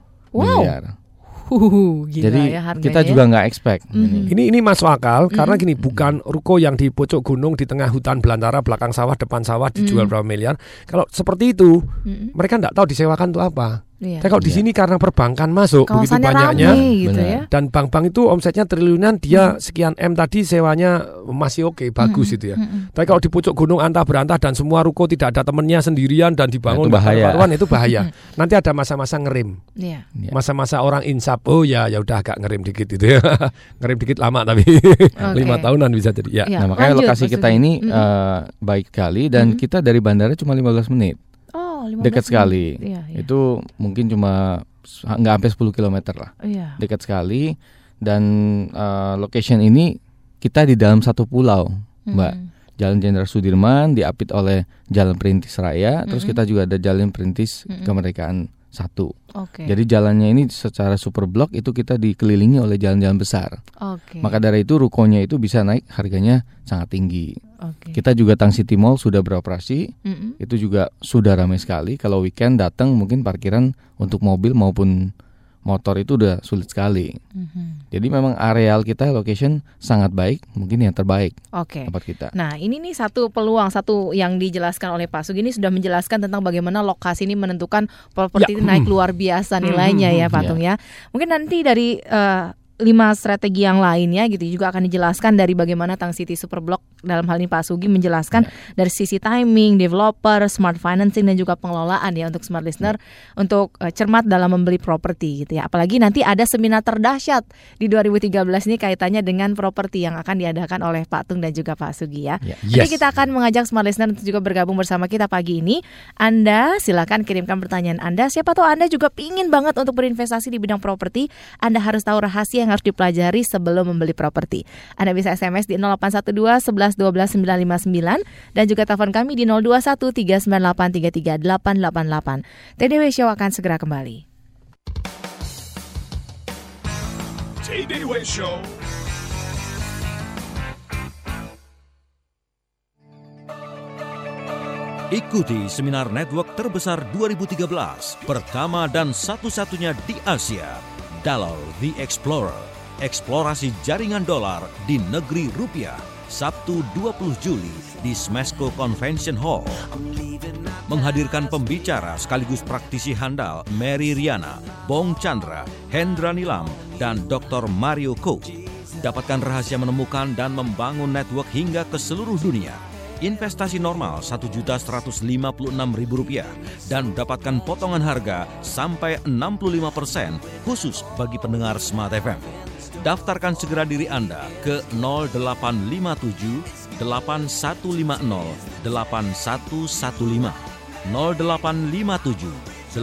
miliar. Gila jadi ya kita juga nggak expect. Ini masuk akal karena gini, bukan ruko yang di pojok gunung di tengah hutan belantara belakang sawah depan sawah dijual berapa miliar. Kalau seperti itu mereka nggak tahu disewakan untuk apa. Tapi kalau di sini karena perbankan masuk begitu banyaknya gitu ya. Dan bank-bank itu omsetnya triliunan, dia sekian M tadi sewanya masih oke, bagus gitu ya. Tapi kalau di pojok gunung antah berantah dan semua ruko tidak ada temennya sendirian dan dibangun itu bahaya. Nanti ada masa-masa ngerem. Masa-masa orang insaf. Oh ya udah agak ngerem dikit gitu ya. Ngerem dikit lama tapi 5 tahunan bisa jadi. Nah, makanya lokasi kita ini baik sekali dan kita dari bandara cuma 15 menit. Dekat sekali. Itu mungkin cuma nggak sampai 10 km lah. Dekat sekali dan location ini kita di dalam satu pulau, Mbak. Jalan Jenderal Sudirman diapit oleh Jalan Perintis Raya, terus kita juga ada Jalan Perintis Kemerdekaan 1. Jadi jalannya ini secara super blok itu kita dikelilingi oleh jalan-jalan besar. Maka dari itu rukonya itu bisa naik harganya sangat tinggi. Kita juga Tang City Mall sudah beroperasi, itu juga sudah ramai sekali. Kalau weekend datang mungkin parkiran untuk mobil maupun motor itu udah sulit sekali. Jadi memang areal kita location sangat baik, mungkin yang terbaik tempat kita. Nah ini nih satu peluang, satu yang dijelaskan oleh Pak Sugi ini sudah menjelaskan tentang bagaimana lokasi ini menentukan properti naik luar biasa nilainya ya Pak Tung ya. Mungkin nanti dari 5 strategi yang lainnya gitu juga akan dijelaskan dari bagaimana Tang City Superblock dalam hal ini Pak Sugi menjelaskan dari sisi timing, developer, smart financing dan juga pengelolaan ya untuk smart listener untuk cermat dalam membeli properti gitu ya. Apalagi nanti ada seminar terdahsyat di 2013 ini kaitannya dengan properti yang akan diadakan oleh Pak Tung dan juga Pak Sugi ya. Jadi kita akan mengajak smart listener untuk juga bergabung bersama kita pagi ini. Anda silakan kirimkan pertanyaan Anda. Siapa tahu Anda juga pingin banget untuk berinvestasi di bidang properti. Anda harus tahu rahasia yang harus dipelajari sebelum membeli properti. Anda bisa SMS di 0812 11 12 959 dan juga telepon kami di 021 398 33 888. TDW Show akan segera kembali. TDW Show. Ikuti seminar network terbesar 2013, pertama dan satu-satunya di Asia. Dalar The Explorer, eksplorasi jaringan dolar di negeri rupiah, Sabtu 20 Juli di Smesco Convention Hall. Menghadirkan pembicara sekaligus praktisi handal Mary Riana, Bong Chandra, Hendra Nilam, dan Dr. Mario Koch. Dapatkan rahasia menemukan dan membangun network hingga ke seluruh dunia. Investasi normal Rp1.156.000 dan dapatkan potongan harga sampai 65% khusus bagi pendengar Smart FM. Daftarkan segera diri Anda ke 0857 8150 8115 0857 8150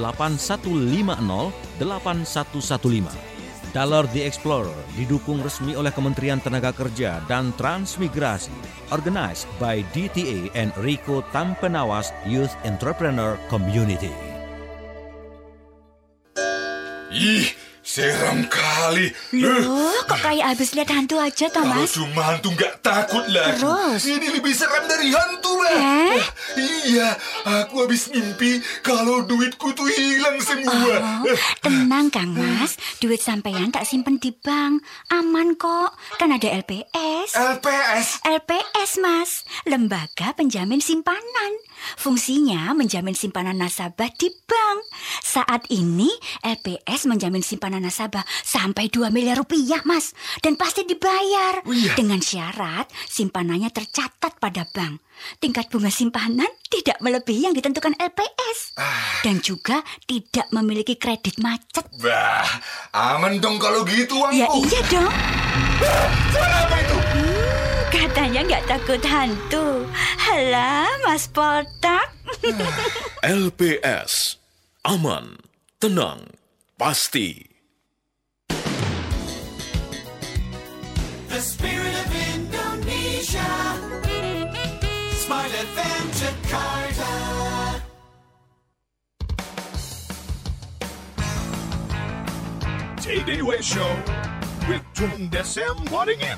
8115. Dalar The Explorer didukung resmi oleh Kementerian Tenaga Kerja dan Transmigrasi. Organized by DTA and Rico Tampenawas Youth Entrepreneur Community. Ih, Seram kali. Loh, kok kayak habis lihat hantu aja, Thomas? Kalau cuma hantu nggak takut lagi. Terus? Ini lebih seram dari hantu, Mbak. Iya, aku habis mimpi kalau duitku tuh hilang semua. Tenang, Kang Mas. Duit sampean tak simpen di bank. Aman kok. Kan ada LPS. LPS? LPS, Mas. Lembaga Penjamin Simpanan. Fungsinya menjamin simpanan nasabah di bank. Saat ini LPS menjamin simpanan nasabah sampai 2 miliar rupiah, Mas. Dan pasti dibayar. Dengan syarat simpanannya tercatat pada bank. Tingkat bunga simpanan tidak melebihi yang ditentukan LPS. Dan juga tidak memiliki kredit macet. Wah, aman dong kalau gitu, uangku. Ya iya dong. Suara apa itu? Katanya nggak takut hantu. Halah, Mas Poltak. LPS. Aman, tenang, pasti. The spirit of Indonesia. Smart FM Jakarta. Tay-Day Way Show with Tung Desem Waddingin.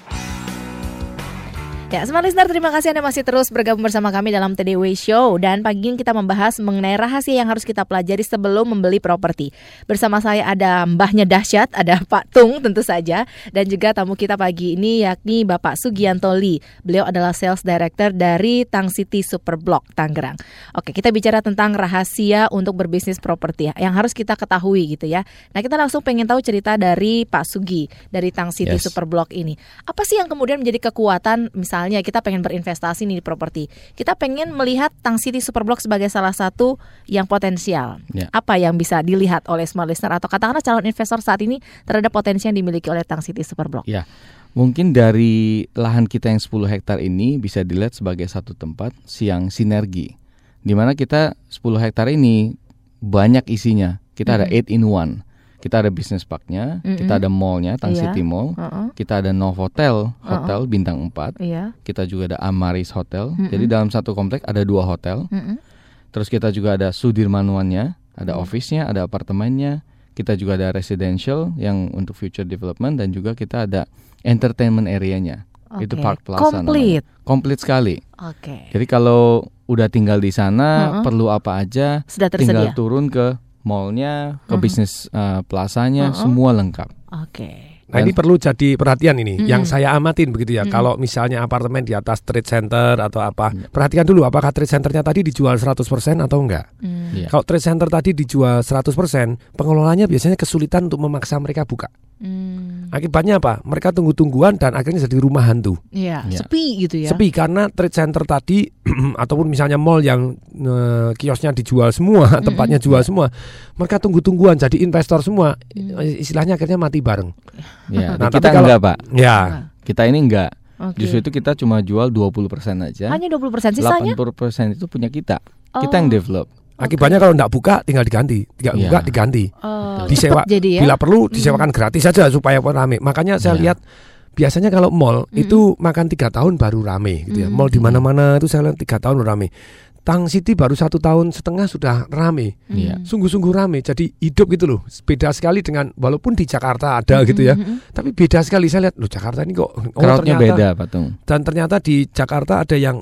Ya, Smart Listener, terima kasih Anda masih terus bergabung bersama kami dalam Tay-Day Way Show. Dan pagi ini kita membahas mengenai rahasia yang harus kita pelajari sebelum membeli properti. Bersama saya ada mbahnya dahsyat, ada Pak Tung tentu saja. Dan juga tamu kita pagi ini yakni Bapak Sugianto Lee. Beliau adalah Sales Director dari Tang City Superblock, Tangerang. Oke, kita bicara tentang rahasia untuk berbisnis properti ya, yang harus kita ketahui gitu ya. Nah, kita langsung pengen tahu cerita dari Pak Sugi dari Tang City Superblock ini. Apa sih yang kemudian menjadi kekuatan, misalnya kita pengen berinvestasi nih di properti. Kita pengen melihat Tang City Superblock sebagai salah satu yang potensial. Apa yang bisa dilihat oleh Smart Listener atau katakanlah calon investor saat ini terhadap potensi yang dimiliki oleh Tang City Superblock? Ya, mungkin dari lahan kita yang 10 hektar ini bisa dilihat sebagai satu tempat yang sinergi. Di mana kita 10 hektar ini banyak isinya. Kita ada 8 in 1. Kita ada business parknya, kita ada mallnya, Tang City Mall, kita ada Novotel, hotel bintang 4, kita juga ada Amaris Hotel. Jadi dalam satu komplek ada 2 hotel. Terus kita juga ada Sudirman One-nya, ada office-nya, ada apartemennya. Kita juga ada residential yang untuk future development dan juga kita ada entertainment area-nya. Itu Park Plaza namanya. Komplit sekali. Jadi kalau udah tinggal di sana, perlu apa aja, tinggal turun ke mallnya, ke bisnis plazanya, semua lengkap. Nah, ini perlu jadi perhatian ini. Yang saya amatin begitu ya. Kalau misalnya apartemen di atas trade center atau apa, perhatikan dulu apakah trade centernya tadi dijual 100% atau enggak. Kalau trade center tadi dijual 100%, pengelolanya biasanya kesulitan untuk memaksa mereka buka. Akibatnya apa? Mereka tunggu-tungguan dan akhirnya jadi rumah hantu. Sepi gitu ya. Sepi karena trade center tadi ataupun misalnya mall yang kiosnya dijual semua, tempatnya jual semua. Mereka tunggu-tungguan jadi investor semua. Istilahnya akhirnya mati bareng. Nah, kita enggak, Pak. Kita ini enggak. Justru itu kita cuma jual 20% aja. Hanya 20%, sisanya 80% itu punya kita. Kita yang develop. Akibatnya kalau enggak buka tinggal diganti, buka diganti. Disewa jadi ya? Bila perlu disewakan gratis saja supaya rame. Makanya saya lihat biasanya kalau mall itu makan 3 tahun baru rame gitu ya. Mall di mana-mana itu saya lihat 3 tahun rame. Tang City baru 1,5 tahun sudah rame. Sungguh-sungguh rame. Jadi hidup gitu loh. Beda sekali dengan walaupun di Jakarta ada gitu ya. Tapi beda sekali saya lihat loh Jakarta ini kok crowd-nya beda, Pak Tung. Dan ternyata di Jakarta ada yang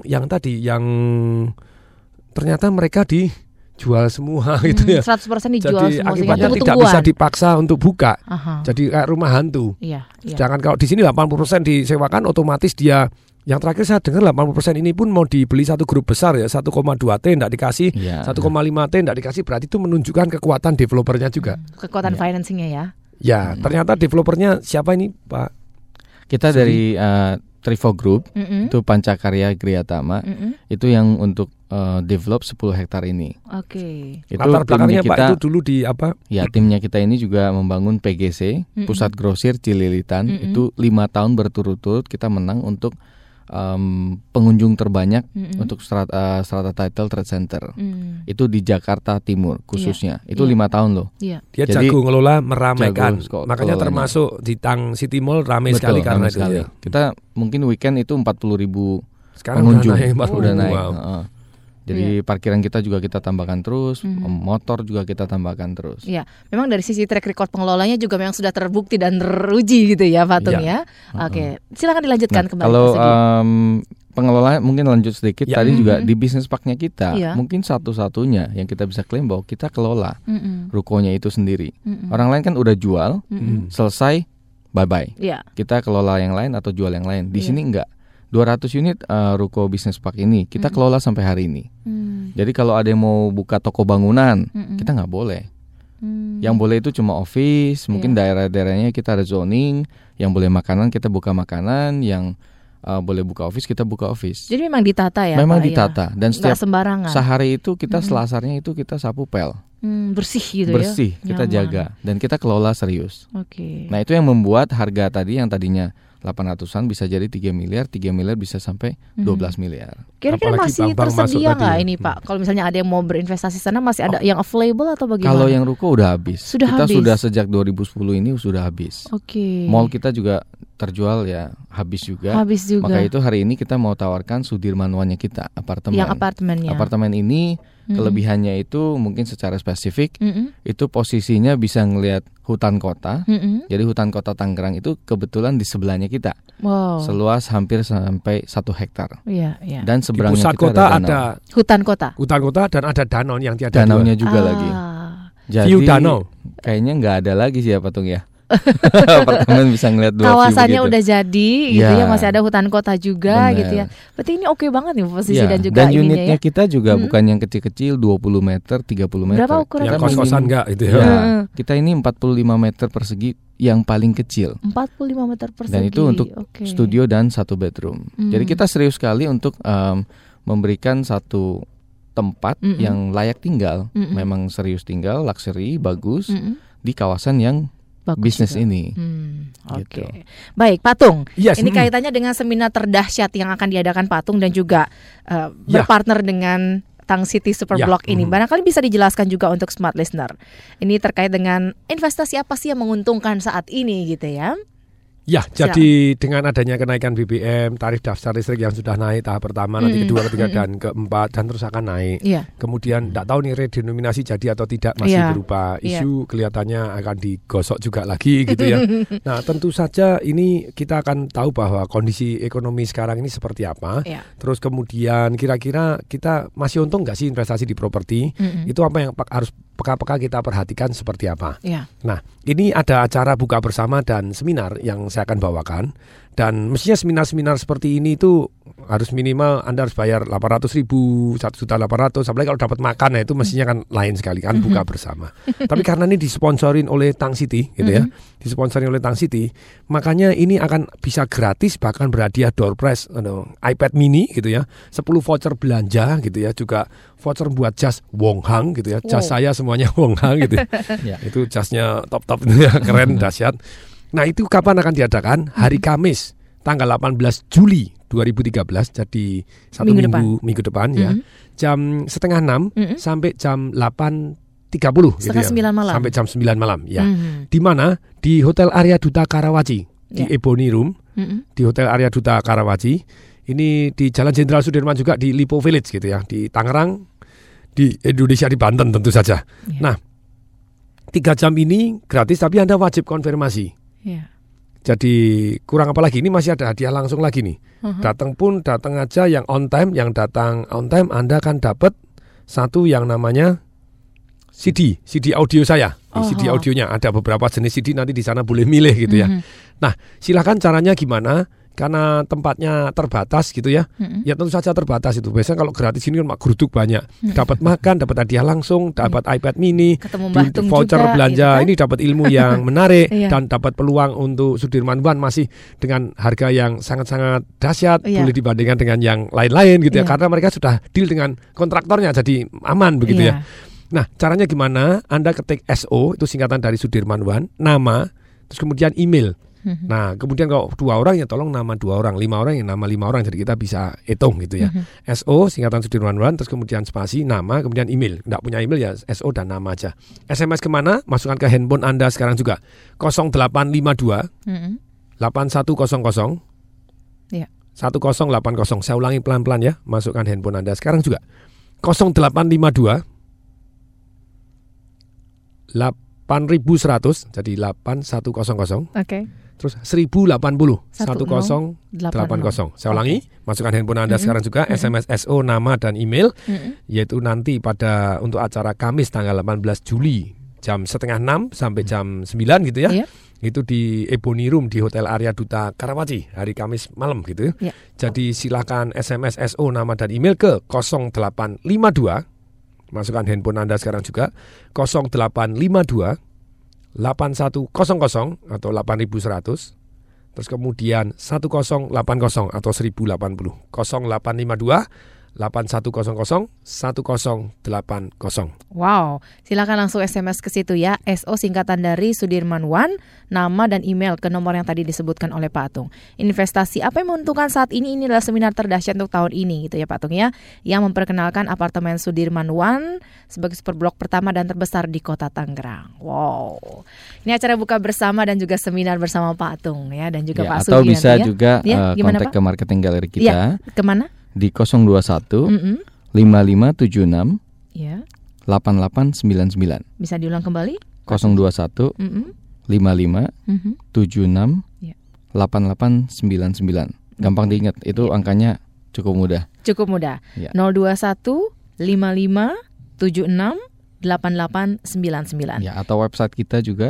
ternyata mereka dijual semua gitu ya. 100% dijual jadi semua. Jadi akibatnya tidak bisa dipaksa untuk buka. Jadi kayak rumah hantu. Sedangkan kalau di sini 80% disewakan, otomatis dia. Yang terakhir saya dengar 80% ini pun mau dibeli satu grup besar ya, 1,2 T tidak dikasih, 1,5 T tidak dikasih, berarti itu menunjukkan kekuatan developernya juga. Kekuatan financingnya ya. Ya, ternyata developernya siapa ini Pak? Kita dari Trivo Group, itu Pancakarya Griyatama, itu yang untuk develop 10 hektar ini. Itu latar belakangnya kita, Pak itu dulu di apa? Ya, timnya kita ini juga membangun PGC, Pusat Grosir Cililitan, itu 5 tahun berturut-turut kita menang untuk pengunjung terbanyak untuk strata title trade center. Itu di Jakarta Timur khususnya. Itu 5 tahun loh. Dia jago ngelola, meramaikan. Makanya termasuk di Tang City Mall ramai sekali karena itu. Kita mungkin weekend itu 40.000 pengunjung. Udah naik. Jadi parkiran kita juga kita tambahkan terus, motor juga kita tambahkan terus. Iya, memang dari sisi track record pengelolanya juga memang sudah terbukti dan teruji gitu ya, Pak Tung ya. Oke, silakan dilanjutkan kembali. Kalau pengelola mungkin lanjut sedikit tadi juga di bisnis parknya kita, mungkin satu-satunya yang kita bisa klaim bahwa kita kelola rukonya itu sendiri. Orang lain kan udah jual, selesai, bye-bye. Kita kelola yang lain atau jual yang lain. Di sini enggak. 200 unit ruko bisnis park ini kita kelola sampai hari ini. Jadi kalau ada yang mau buka toko bangunan, kita nggak boleh. Yang boleh itu cuma office, mungkin daerah-daerahnya kita ada zoning. Yang boleh makanan kita buka makanan, yang boleh buka office kita buka office. Jadi memang ditata ya? Memang ditata dan setiap sembarangan. Sehari itu kita selasarnya itu kita sapu pel. Bersih gitu bersih, kita jaga dan kita kelola serius. Nah itu yang membuat harga tadi yang tadinya 800-an bisa jadi 3 miliar bisa sampai 12 miliar. Kira-kira masih tersedia nggak ini Pak? Kalau misalnya ada yang mau berinvestasi sana, masih ada yang available atau bagaimana? Kalau yang ruko udah habis. Kita habis. Sudah sejak 2010 ini sudah habis. Mall kita juga terjual ya habis juga. Maka itu hari ini kita mau tawarkan Sudirman One-nya kita, apartemen. Yang apartemennya. Apartemen ini kelebihannya itu mungkin secara spesifik itu posisinya bisa ngelihat hutan kota. Jadi hutan kota Tangerang itu kebetulan di sebelahnya kita. Seluas hampir sampai 1 hektar. Dan seberangnya di pusat kita kota ada hutan kota. Hutan kota dan ada danau yang tiada danaunya juga lagi. Jadi view danau. Kayaknya nggak ada lagi sih ya Patung ya. Apartemen bisa ngeliat 2 kawasannya view udah jadi gitu ya, masih ada hutan kota juga gitu ya. Berarti ini oke banget nih posisi dan juga dan unitnya kita juga bukan yang kecil-kecil 20 meter, 30 meter. Berapa ukuran? Yang kos-kosan enggak itu ya. Kita ini 45 meter persegi yang paling kecil. 45 meter persegi. Dan itu untuk studio dan 1 bedroom. Jadi kita serius sekali untuk memberikan satu tempat yang layak tinggal. Memang serius tinggal, luxury, bagus di kawasan yang bisnis juga. Ini. Gitu. Baik, Patung. Yes, ini kaitannya dengan seminar terdahsyat yang akan diadakan Patung dan juga berpartner dengan Tang City Superblock ini. Barangkali bisa dijelaskan juga untuk smart listener. Ini terkait dengan investasi apa sih yang menguntungkan saat ini gitu ya? Ya, jadi dengan adanya kenaikan BBM, tarif daftar listrik yang sudah naik tahap pertama, nanti kedua, ketiga, dan keempat, dan terus akan naik. Kemudian tidak tahu nih redenominasi jadi atau tidak, masih berupa isu, kelihatannya akan digosok juga lagi gitu ya. Nah, tentu saja ini kita akan tahu bahwa kondisi ekonomi sekarang ini seperti apa. Terus kemudian kira-kira kita masih untung nggak sih investasi di properti? Itu apa yang harus peka-peka kita perhatikan seperti apa. Nah, ini ada acara buka bersama dan seminar yang saya akan bawakan. Dan mestinya seminar-seminar seperti ini itu harus minimal Anda harus bayar 800.000, 1.800.000. Apalagi kalau dapat makan ya itu mestinya kan lain sekali kan buka bersama. Tapi karena ini disponsorin oleh Tang City gitu ya. Disponsorin oleh Tang City, makanya ini akan bisa gratis bahkan berhadiah door prize iPad mini gitu ya. 10 voucher belanja gitu ya, juga voucher buat jas Wong Hang gitu ya. Jas saya semuanya Wong Hang gitu. Itu jasnya top-top ya, keren dahsyat. Nah itu kapan akan diadakan? Hari Kamis tanggal 18 Juli 2013, jadi minggu depan ya. Jam 5:30 sampai jam 8.30 gitu ya. 9 malam. Sampai jam 9 malam ya. Di mana? Di Hotel Arya Duta Karawaci, di Ebony Room. Di Hotel Arya Duta Karawaci. Ini di Jalan Jenderal Sudirman juga, di Lipo Village gitu ya, di Tangerang, di Indonesia, di Banten tentu saja. Nah, 3 jam ini gratis tapi Anda wajib konfirmasi. Jadi kurang apa lagi, ini masih ada hadiah langsung lagi nih. Datang aja yang on time, yang datang on time Anda akan dapat satu yang namanya CD audio saya. CD audionya ada beberapa jenis CD, nanti di sana boleh milih gitu ya. Nah, silakan caranya gimana? Karena tempatnya terbatas gitu ya. Ya tentu saja terbatas itu. Biasanya kalau gratis ini kan geruduk banyak. Dapat makan, dapat hadiah langsung, dapat iPad mini, voucher juga, belanja, gitu kan? ini dapat ilmu yang menarik dan dapat peluang untuk Sudirman One masih dengan harga yang sangat-sangat dahsyat, boleh dibandingkan dengan yang lain-lain gitu ya. Karena mereka sudah deal dengan kontraktornya, jadi aman begitu ya. Nah, caranya gimana? Anda ketik SO, itu singkatan dari Sudirman One, nama, terus kemudian email. Nah, kemudian kalau 2 orang ya tolong nama 2 orang, 5 orang ya nama 5 orang, jadi kita bisa hitung gitu ya. SO singkatan Sudirman One, terus kemudian spasi, nama, kemudian email. Nggak punya email ya SO dan nama aja. SMS kemana? Masukkan ke handphone Anda sekarang juga. 0852 8100 1080. Saya ulangi pelan-pelan ya, masukkan handphone Anda sekarang juga. 0852 8100, jadi 8100. Oke. Terus 1080 1080. Saya ulangi, masukkan handphone Anda sekarang juga, SMS SO, nama dan email, yaitu nanti untuk acara Kamis tanggal 18 Juli jam 5:30 sampai jam 9 gitu ya. Itu di Ebony Room di Hotel Arya Duta Karawaci hari Kamis malam gitu. Jadi silakan SMS SO, nama dan email ke 0852. Masukkan handphone Anda sekarang juga, 0852 8100 atau 8100, terus kemudian 1080 atau 1080, 0852 8100 1080. Wow, silakan langsung SMS ke situ ya. SO singkatan dari Sudirman One, nama dan email ke nomor yang tadi disebutkan oleh Pak Atung. Investasi apa yang menguntungkan saat ini adalah seminar terdahsyat untuk tahun ini gitu ya Pak Atung ya, yang memperkenalkan apartemen Sudirman One sebagai super blok pertama dan terbesar di Kota Tangerang. Wow. Ini acara buka bersama dan juga seminar bersama Pak Atung ya, dan juga Pak Sugi. Atau bisa juga kontak ke marketing galeri kita. Kemana? Di 021 5576 8899. Bisa diulang kembali? 021 55 76 8899. Gampang diingat, itu angkanya cukup mudah. Cukup mudah. 021 55 76 8899. Ya, atau website kita juga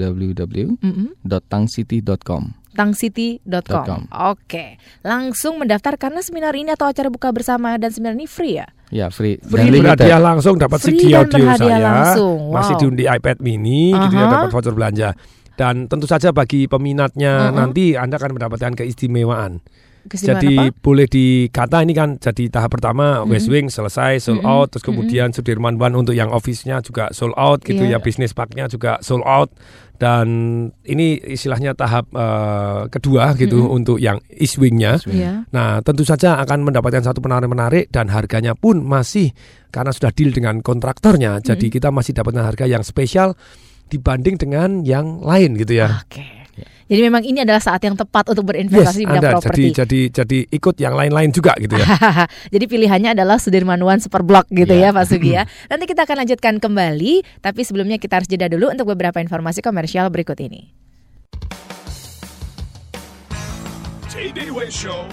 www.tangcity.com. tangcity.com. Oke. Langsung mendaftar karena seminar ini atau acara buka bersama dan seminar ini free ya? Ya, free. Berhadiah langsung, dapat CD audio saya. Langsung. Wow. Masih diundi iPad mini gitu ya, dapat voucher belanja. Dan tentu saja bagi peminatnya nanti Anda akan mendapatkan keistimewaan. Jadi apa? Boleh dikata ini kan jadi tahap pertama West Wing selesai sold out, terus kemudian Sudirman One untuk yang office-nya juga sold out gitu ya, business park-nya juga sold out, dan ini istilahnya tahap kedua gitu untuk yang East Wing-nya. Nah, tentu saja akan mendapatkan satu penawaran menarik dan harganya pun masih karena sudah deal dengan kontraktornya, jadi kita masih dapatkan harga yang spesial dibanding dengan yang lain gitu ya. Oke. Jadi memang ini adalah saat yang tepat untuk berinvestasi di bidang properti. Jadi ikut yang lain-lain juga gitu ya. Jadi pilihannya adalah Sudirman One Super Block gitu ya Pak Sugi ya. Nanti kita akan lanjutkan kembali, tapi sebelumnya kita harus jeda dulu untuk beberapa informasi komersial berikut ini. Tay-Day Way Show.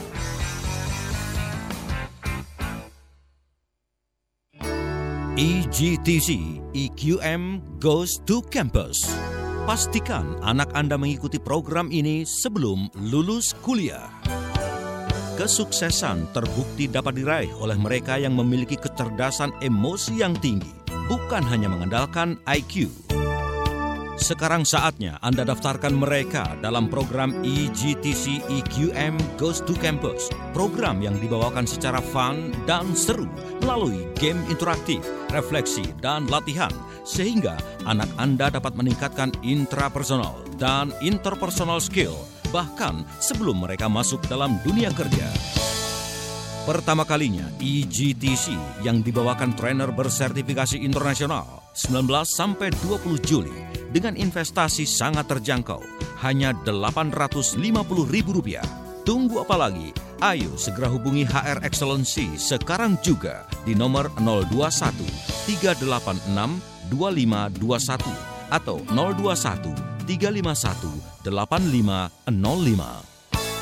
EGTC EQM Goes to Campus. Pastikan anak Anda mengikuti program ini sebelum lulus kuliah. Kesuksesan terbukti dapat diraih oleh mereka yang memiliki kecerdasan emosi yang tinggi, bukan hanya mengandalkan IQ. Sekarang saatnya Anda daftarkan mereka dalam program EGTC EQM Goes to Campus. Program yang dibawakan secara fun dan seru melalui game interaktif, refleksi, dan latihan. Sehingga anak Anda dapat meningkatkan intrapersonal dan interpersonal skill, bahkan sebelum mereka masuk dalam dunia kerja. Pertama kalinya EGTC yang dibawakan trainer bersertifikasi internasional 19-20 Juli dengan investasi sangat terjangkau, hanya Rp850.000. Tunggu apa lagi? Ayo segera hubungi HR Excellency sekarang juga di nomor 021 386 2521 atau 021 351 8505.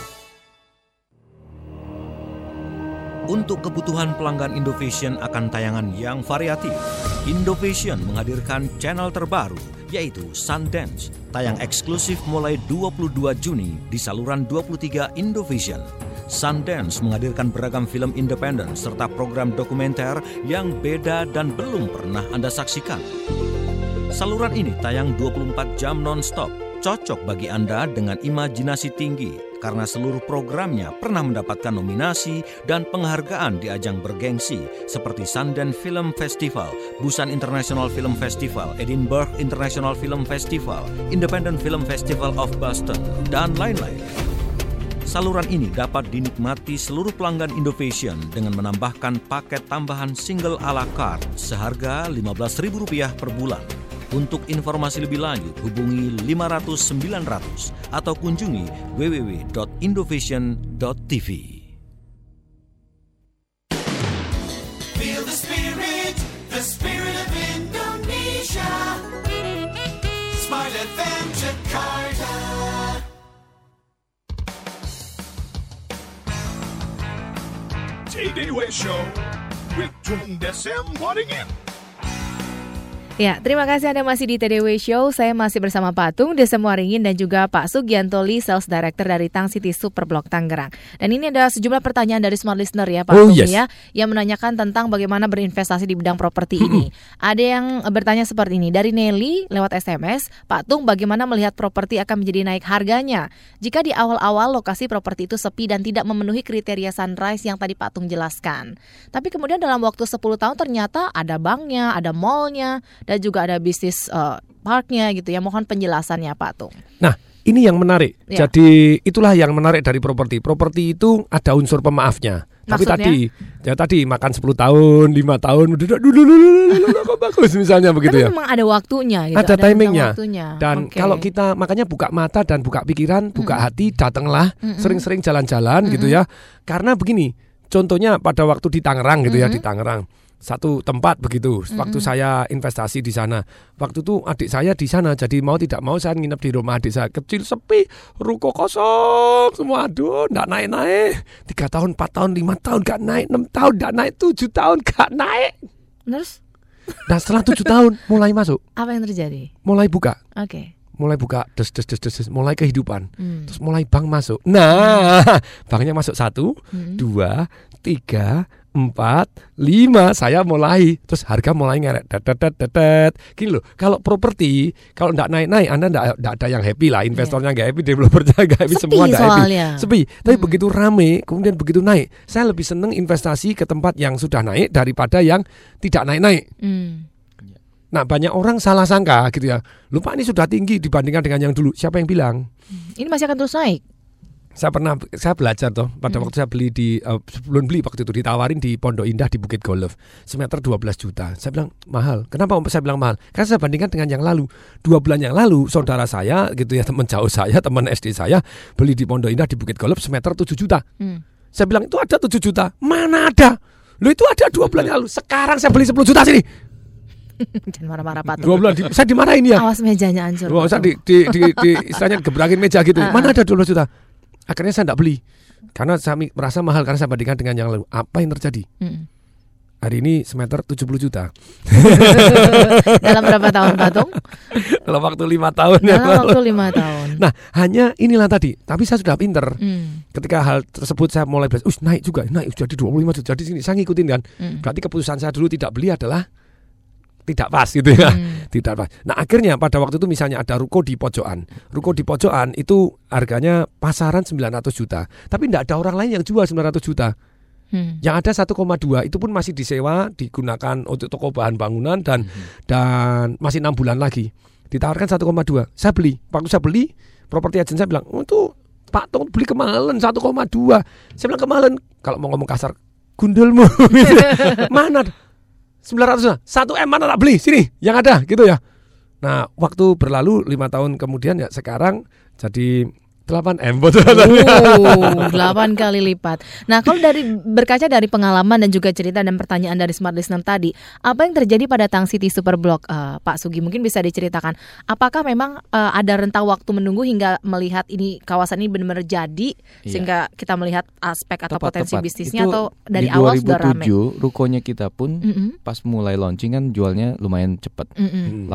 Untuk kebutuhan pelanggan Indovision akan tayangan yang variatif, Indovision menghadirkan channel terbaru, yaitu Sundance, tayang eksklusif mulai 22 Juni di saluran 23 Indovision. Sundance menghadirkan beragam film independen serta program dokumenter yang beda dan belum pernah Anda saksikan. Saluran ini tayang 24 jam non-stop, cocok bagi Anda dengan imajinasi tinggi, karena seluruh programnya pernah mendapatkan nominasi dan penghargaan di ajang bergengsi seperti Sundance Film Festival, Busan International Film Festival, Edinburgh International Film Festival, Independent Film Festival of Boston, dan lain-lain. Saluran ini dapat dinikmati seluruh pelanggan Indovision dengan menambahkan paket tambahan single a la carte seharga Rp15.000 per bulan. Untuk informasi lebih lanjut, hubungi 500 900 atau kunjungi www.indovision.tv. Feel the spirit. Day Show with Tung Desem Waddingin. Ya, terima kasih Anda masih di TDW Show. Saya masih bersama Pak Tung Desem Waddingin dan juga Pak Sugianto Lee, Sales Director dari Tang City Superblok Tangerang. Dan ini ada sejumlah pertanyaan dari Smart Listener ya Pak Tung ya, yang menanyakan tentang bagaimana berinvestasi di bidang properti ini. Ada yang bertanya seperti ini, dari Nelly lewat SMS, Pak Tung bagaimana melihat properti akan menjadi naik harganya jika di awal-awal lokasi properti itu sepi dan tidak memenuhi kriteria Sunrise yang tadi Pak Tung jelaskan. Tapi kemudian dalam waktu 10 tahun ternyata ada banknya, ada mallnya, dan juga ada bisnis parknya gitu ya. Mohon penjelasannya Pak Tung. Nah, ini yang menarik. Ya. Jadi itulah yang menarik dari properti. Properti itu ada unsur pemaafnya. Maksudnya? Tapi tadi makan 10 tahun, 5 tahun, kok bagus misalnya begitu ya. Memang ada waktunya gitu. Ada timingnya. Dan kalau kita makanya buka mata dan buka pikiran, buka hati, datanglah sering-sering jalan-jalan gitu ya. Karena begini, contohnya pada waktu di Tangerang gitu ya, di Tangerang. Satu tempat begitu. Waktu saya investasi di sana, waktu itu adik saya di sana, jadi mau tidak mau saya nginep di rumah adik saya. Kecil, sepi, ruko kosong semua. Aduh, nggak naik-naik. 3 tahun, 4 tahun, 5 tahun gak naik, 6 tahun gak naik, 7 tahun gak naik. Terus? Dan setelah 7 tahun mulai masuk. Apa yang terjadi? Mulai buka. Mulai buka, des, mulai kehidupan. Terus mulai bank masuk. Nah, banknya masuk 1, 2, 3, 4, 5, saya mulai. Terus harga mulai ngerek. Gini loh, kalau properti, kalau enggak naik-naik, Anda enggak ada yang happy lah. Investornya enggak happy, developernya enggak happy, semua enggak happy. Sepi. Tapi begitu rame, kemudian begitu naik, saya lebih seneng investasi ke tempat yang sudah naik daripada yang tidak naik-naik. Nah, banyak orang salah sangka gitu ya. Lupa ini sudah tinggi dibandingkan dengan yang dulu. Siapa yang bilang? Ini masih akan terus naik. Saya belajar toh pada waktu saya beli sebelum beli waktu itu ditawarin di Pondok Indah di Bukit Golf semeter 12 juta. Saya bilang mahal. Kenapa saya bilang mahal? Karena saya bandingkan dengan yang lalu. 2 bulan yang lalu saudara saya gitu ya, teman jauh saya, teman SD saya beli di Pondok Indah di Bukit Golf semeter 7 juta. Saya bilang itu ada 7 juta. Mana ada? Loh itu ada 2 bulan yang lalu. Sekarang saya beli 10 juta sini. Jangan marah-marah Pak Tung. 2 bulan saya dimarahin ya. Awas mejanya hancur. Saya di istilahnya gebrakin meja gitu. Mana ada 12 juta? Akhirnya saya tidak beli karena saya merasa mahal karena saya bandingkan dengan yang lalu. Apa yang terjadi? Hari ini semeter 70 juta. Dalam berapa tahun Pak Tung? Dalam waktu 5 tahun. Dalam waktu 5 tahun. Nah, hanya inilah tadi. Tapi saya sudah pinter. Ketika hal tersebut saya mulai belajar. Naik juga, naik jadi 25 juta. Jadi sini saya ngikutin kan. Berarti keputusan saya dulu tidak beli adalah tidak pas gitu ya. Tidak pas. Nah, akhirnya pada waktu itu misalnya ada ruko di pojokan. Ruko di pojokan itu harganya pasaran 900 juta. Tapi tidak ada orang lain yang jual 900 juta. Yang ada 1,2 itu pun masih disewa, digunakan untuk toko bahan bangunan dan masih 6 bulan lagi. Ditawarkan 1,2. Saya beli. Waktu saya beli, properti agent saya bilang, itu Pak Tung beli kemahalan 1,2. Saya bilang kemahalan. Kalau mau ngomong kasar, gundulmu. Mana? 900, 1 M mana tak beli, sini yang ada gitu ya. Nah, waktu berlalu 5 tahun kemudian ya sekarang jadi 8 M. 8 kali lipat. Nah, kalau berkaca dari pengalaman dan juga cerita dan pertanyaan dari Smart Listener tadi, apa yang terjadi pada Tang City Superblok, Pak Sugi? Mungkin bisa diceritakan. Apakah memang ada rentang waktu menunggu hingga melihat ini kawasan ini benar-benar jadi sehingga kita melihat aspek atau potensi bisnisnya, atau dari awal sudah ramai? Di 2007 rukonya kita pun pas mulai launching kan jualnya lumayan cepat, 80%,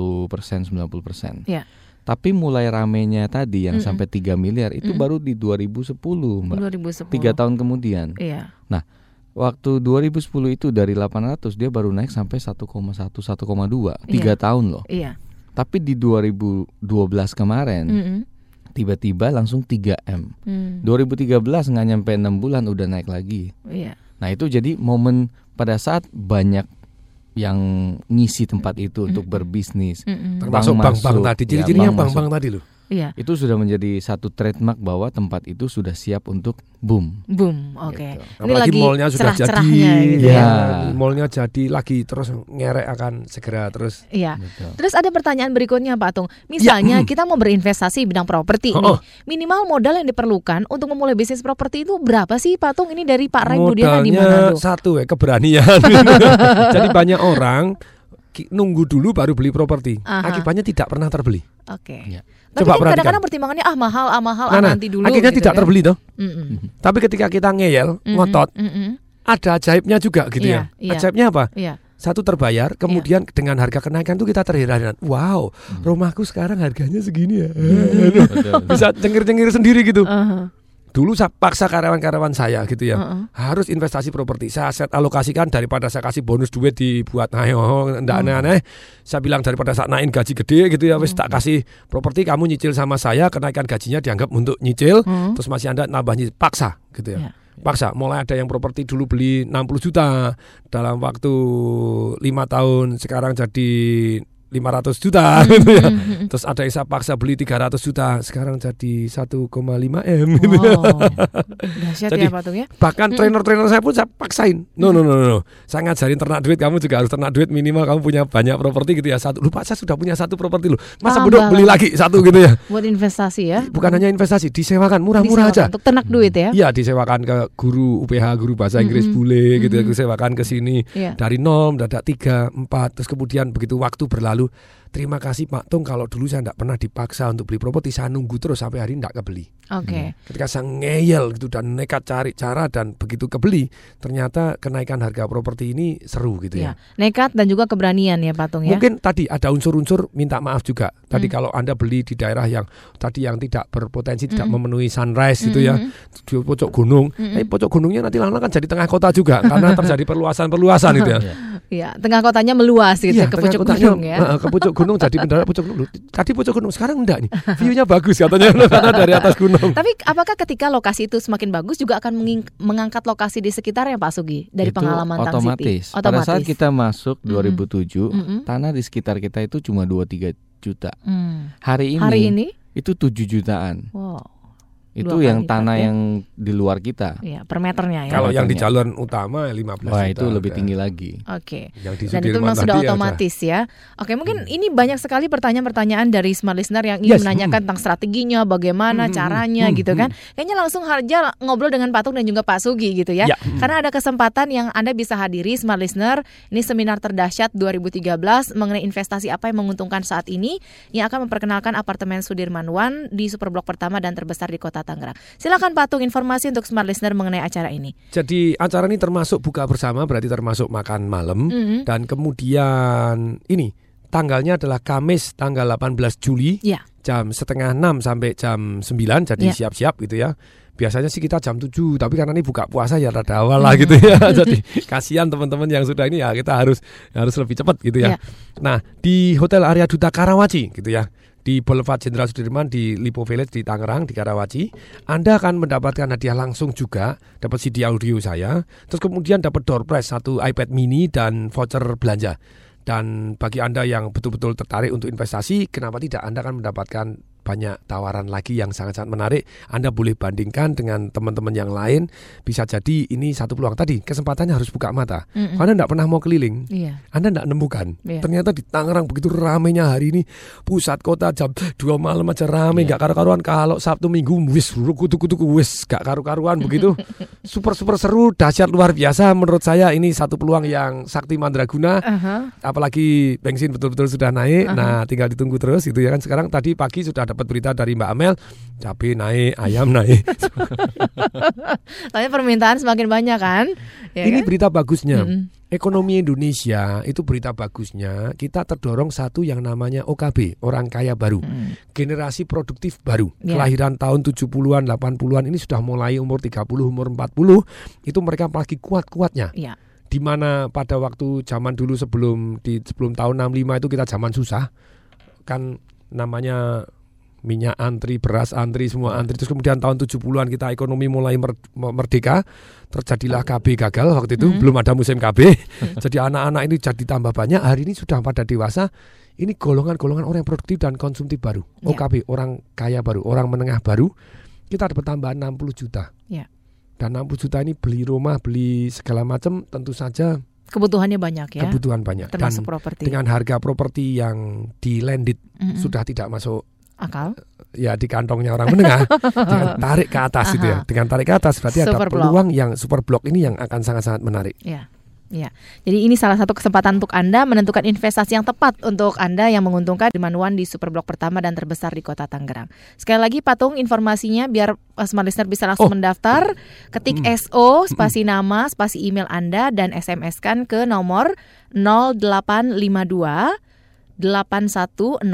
90%. Yeah. Tapi mulai ramenya tadi yang sampai 3 miliar itu baru di 2010, Mbak. 3 tahun kemudian. Iya. Nah, waktu 2010 itu dari 800 dia baru naik sampai 1,1, 1,2. 3 tahun loh. Iya. Tapi di 2012 kemarin tiba-tiba langsung 3M. 2013 nggak nyampe 6 bulan udah naik lagi. Iya. Nah, itu jadi momen pada saat banyak yang ngisi tempat itu untuk berbisnis. Termasuk bank-bank tadi. Ciri-cirinya bank-bank tadi loh. Iya. Itu sudah menjadi satu trademark bahwa tempat itu sudah siap untuk boom. Oke. Gitu. Apalagi mallnya sudah jadi, gitu ya. Mallnya jadi lagi terus ngerek akan segera terus. Iya. Betul. Terus ada pertanyaan berikutnya Pak Tung. Misalnya kita mau berinvestasi di bidang properti ini, minimal modal yang diperlukan untuk memulai bisnis properti itu berapa sih Pak Tung? Ini dari Pak Rai Budiana di Manado. Modalnya satu keberanian. Jadi banyak orang nunggu dulu baru beli properti. Akibatnya tidak pernah terbeli. Oke. Ya. Tapi kan kadang-kadang pertimbangannya mahal, nanti dulu. Akhirnya gitu tidak kan? terbeli toh. Tapi ketika kita ngeyel, ngotot, ada ajaibnya juga gitu ya. Ajaibnya apa? Satu terbayar, kemudian dengan harga kenaikan tuh kita terheran-heran. Wow, rumahku sekarang harganya segini ya. Bisa cengir-cengir sendiri gitu. Dulu saya paksa karyawan-karyawan saya gitu ya, harus investasi properti. Saya alokasikan daripada saya kasih bonus duit dibuat ndak aneh-aneh. Saya bilang daripada saya naikin gaji gede gitu ya, wis tak kasih properti, kamu nyicil sama saya, kenaikan gajinya dianggap untuk nyicil, terus masih Anda nambah nyicil, paksa gitu ya. Paksa, mulai ada yang properti dulu beli 60 juta dalam waktu 5 tahun, sekarang jadi 500 juta gitu ya. Terus ada yang saya paksa beli 300 juta, sekarang jadi 1,5 M gitu ya. Dahsyat jadi, ya Pak Tung ya. Bahkan trainer-trainer saya pun saya paksain. No. Saya ngajarin ternak duit, kamu juga harus ternak duit, minimal kamu punya banyak properti gitu ya. Satu. Lupa saya sudah punya satu properti loh. Masa bodoh beli lagi satu gitu ya. Buat investasi ya. Bukan hanya investasi, disewakan murah-murah aja. Untuk ternak duit ya. Iya, disewakan ke guru UPH, guru bahasa Inggris bule gitu ya, disewakan ke sini dari 0 mendadak 3, 4, terus kemudian begitu waktu berlalu, terima kasih Pak Tung, kalau dulu saya tidak pernah dipaksa untuk beli properti, saya nunggu terus sampai hari ini tidak kebeli. Ketika saya ngeyel gitu dan nekat cari cara dan begitu kebeli, ternyata kenaikan harga properti ini seru gitu ya. Nekat dan juga keberanian ya Pak Tung ya. Mungkin tadi ada unsur-unsur minta maaf juga. Tadi kalau Anda beli di daerah yang tadi yang tidak berpotensi, tidak memenuhi sunrise gitu ya, di pojok gunung. Pojok gunungnya nanti lama kan jadi tengah kota juga karena terjadi perluasan-perluasan gitu ya. Iya, tengah kotanya meluas gitu ke pojok gunung ya. Ke pojok gunung jadi mendarat pojok gunung. Tadi pojok gunung, sekarang enggak nih. View-nya bagus katanya karena dari atas gunung. Tapi apakah ketika lokasi itu semakin bagus juga akan mengangkat lokasi di sekitarnya Pak Sugi dari itu pengalaman Tang City? Otomatis. Pada saat kita masuk 2007, tanah di sekitar kita itu cuma 2-3 juta. Hari ini itu 7 jutaan. Wow. Itu yang tanah yang di luar kita. Iya, per meternya ya. Kalau yang di jalan utama 15 Wah, juta. itu lebih tinggi lagi. Oke. Dan itu memang sudah otomatis ya. Oke, mungkin ini banyak sekali pertanyaan-pertanyaan dari smart listener yang ingin menanyakan tentang strateginya, bagaimana caranya gitu kan. Kayaknya langsung aja ngobrol dengan Pak Tung dan juga Pak Sugi gitu ya. Karena ada kesempatan yang Anda bisa hadiri smart listener. Ini seminar terdahsyat 2013 mengenai investasi apa yang menguntungkan saat ini, yang akan memperkenalkan apartemen Sudirman One di Superblok pertama dan terbesar di Kota Tangerang. Silakan Pak Tung informasi untuk smart listener mengenai acara ini. Jadi acara ini termasuk buka bersama, berarti termasuk makan malam, dan kemudian ini tanggalnya adalah Kamis tanggal 18 Juli jam 5:30 sampai jam 9, jadi siap-siap gitu ya. Biasanya sih kita jam 7, tapi karena ini buka puasa ya rada awal lah gitu ya. Jadi kasihan teman-teman yang sudah ini ya, kita harus lebih cepat gitu ya. Nah, di Hotel Arya Duta Karawaci gitu ya, di Boulevard Jenderal Sudirman di Lipo Village di Tangerang di Karawaci, Anda akan mendapatkan hadiah langsung juga, dapat CD audio saya, terus kemudian dapat door prize 1 iPad mini dan voucher belanja. Dan bagi Anda yang betul-betul tertarik untuk investasi, kenapa tidak, Anda akan mendapatkan banyak tawaran lagi yang sangat-sangat menarik. Anda boleh bandingkan dengan teman-teman yang lain. Bisa jadi ini satu peluang. Tadi kesempatannya harus buka mata. Anda tidak pernah mau keliling, Anda tidak nemukan. Ternyata di Tangerang begitu ramainya hari ini, pusat kota jam 2 malam aja ramai, gak karu-karuan. Kalau Sabtu Minggu wis kutu-kutu wis gak karu-karuan begitu. Super seru, dahsyat, luar biasa. Menurut saya ini satu peluang yang sakti mandraguna. Apalagi bensin betul-betul sudah naik. Nah, tinggal ditunggu terus gitu ya kan. Sekarang tadi pagi sudah dapat berita dari Mbak Amel, cabai naik, ayam naik. Tapi permintaan semakin banyak kan? Ya ini kan? Berita bagusnya. Ekonomi Indonesia itu berita bagusnya, kita terdorong satu yang namanya OKB, orang kaya baru. Generasi produktif baru. Kelahiran tahun 70-an, 80-an ini sudah mulai umur 30, umur 40, itu mereka lagi kuat-kuatnya. Di mana pada waktu zaman dulu sebelum tahun 65 itu kita zaman susah. Kan namanya minyak antri, beras antri, semua antri. Terus kemudian tahun 70-an kita ekonomi mulai merdeka. Terjadilah KB gagal waktu itu, belum ada musim KB. Jadi anak-anak ini jadi tambah banyak. Hari ini sudah pada dewasa. Ini golongan-golongan orang yang produktif dan konsumtif baru. OKB, orang kaya baru, orang menengah baru. Kita dapat tambahan 60 juta. Dan 60 juta ini beli rumah, beli segala macam, tentu saja kebutuhannya banyak ya. Kebutuhan banyak. Termasuk dan properti. Dengan harga properti yang di landed sudah tidak masuk akal. Ya di kantongnya orang menengah. Dengan tarik ke atas gitu ya. Dengan tarik ke atas berarti super ada peluang yang super block ini yang akan sangat-sangat menarik. Ya, jadi ini salah satu kesempatan untuk Anda menentukan investasi yang tepat untuk Anda yang menguntungkan di Manuan di Superblok pertama dan terbesar di Kota Tangerang. Sekali lagi Patung informasinya biar Smart Listener bisa langsung mendaftar. Ketik SO, spasi nama, spasi email Anda dan SMS-kan ke nomor 0852 8100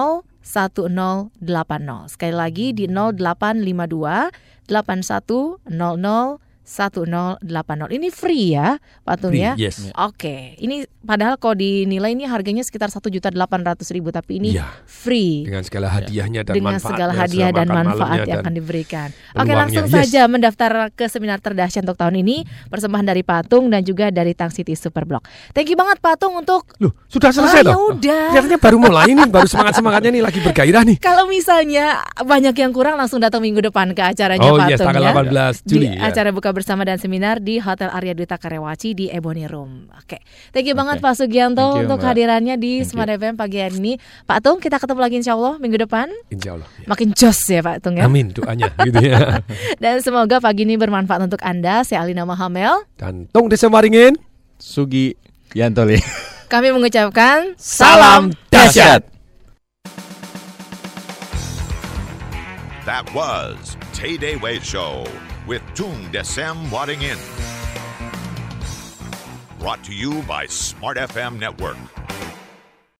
1080. Sekali lagi di 0852 8100 1080. Ini free ya, Patung ya? Yes. Oke. Ini padahal kalau dinilai ini harganya sekitar 1.800.000, tapi ini free. Dengan segala hadiahnya dan dengan manfaatnya. Segala hadiah dan manfaat yang akan diberikan. Oke, langsung Yes. saja mendaftar ke seminar terdahsyat untuk tahun ini, persembahan dari Patung dan juga dari Tang City Superblok. Thank you banget Patung untuk sudah selesai ya toh? Udah. Kelihatannya baru mulai nih, baru semangat-semangatnya nih, lagi bergairah nih. Kalau misalnya banyak yang kurang langsung datang minggu depan ke acaranya Patung yes, tanggal 18 Juli. Di acara buka bersama dan seminar di Hotel Arya Duta Karewaci di Ebony Room. Oke. Thank you banget Pak Sugianto untuk hadirannya di Smart FM pagi hari ini. Pak Tung, kita ketemu lagi insya Allah minggu depan. Insya Allah. Ya. Makin jos ya Pak Tung ya. Amin doanya gitu ya. Dan semoga pagi ini bermanfaat untuk Anda. Saya Alina Mahamel dan Tung Desem Waringin, Sugi Yantoli. Kami mengucapkan salam dahsyat. That was Tay Day Way Show with Tung Desem Wadding In. Brought to you by Smart FM Network.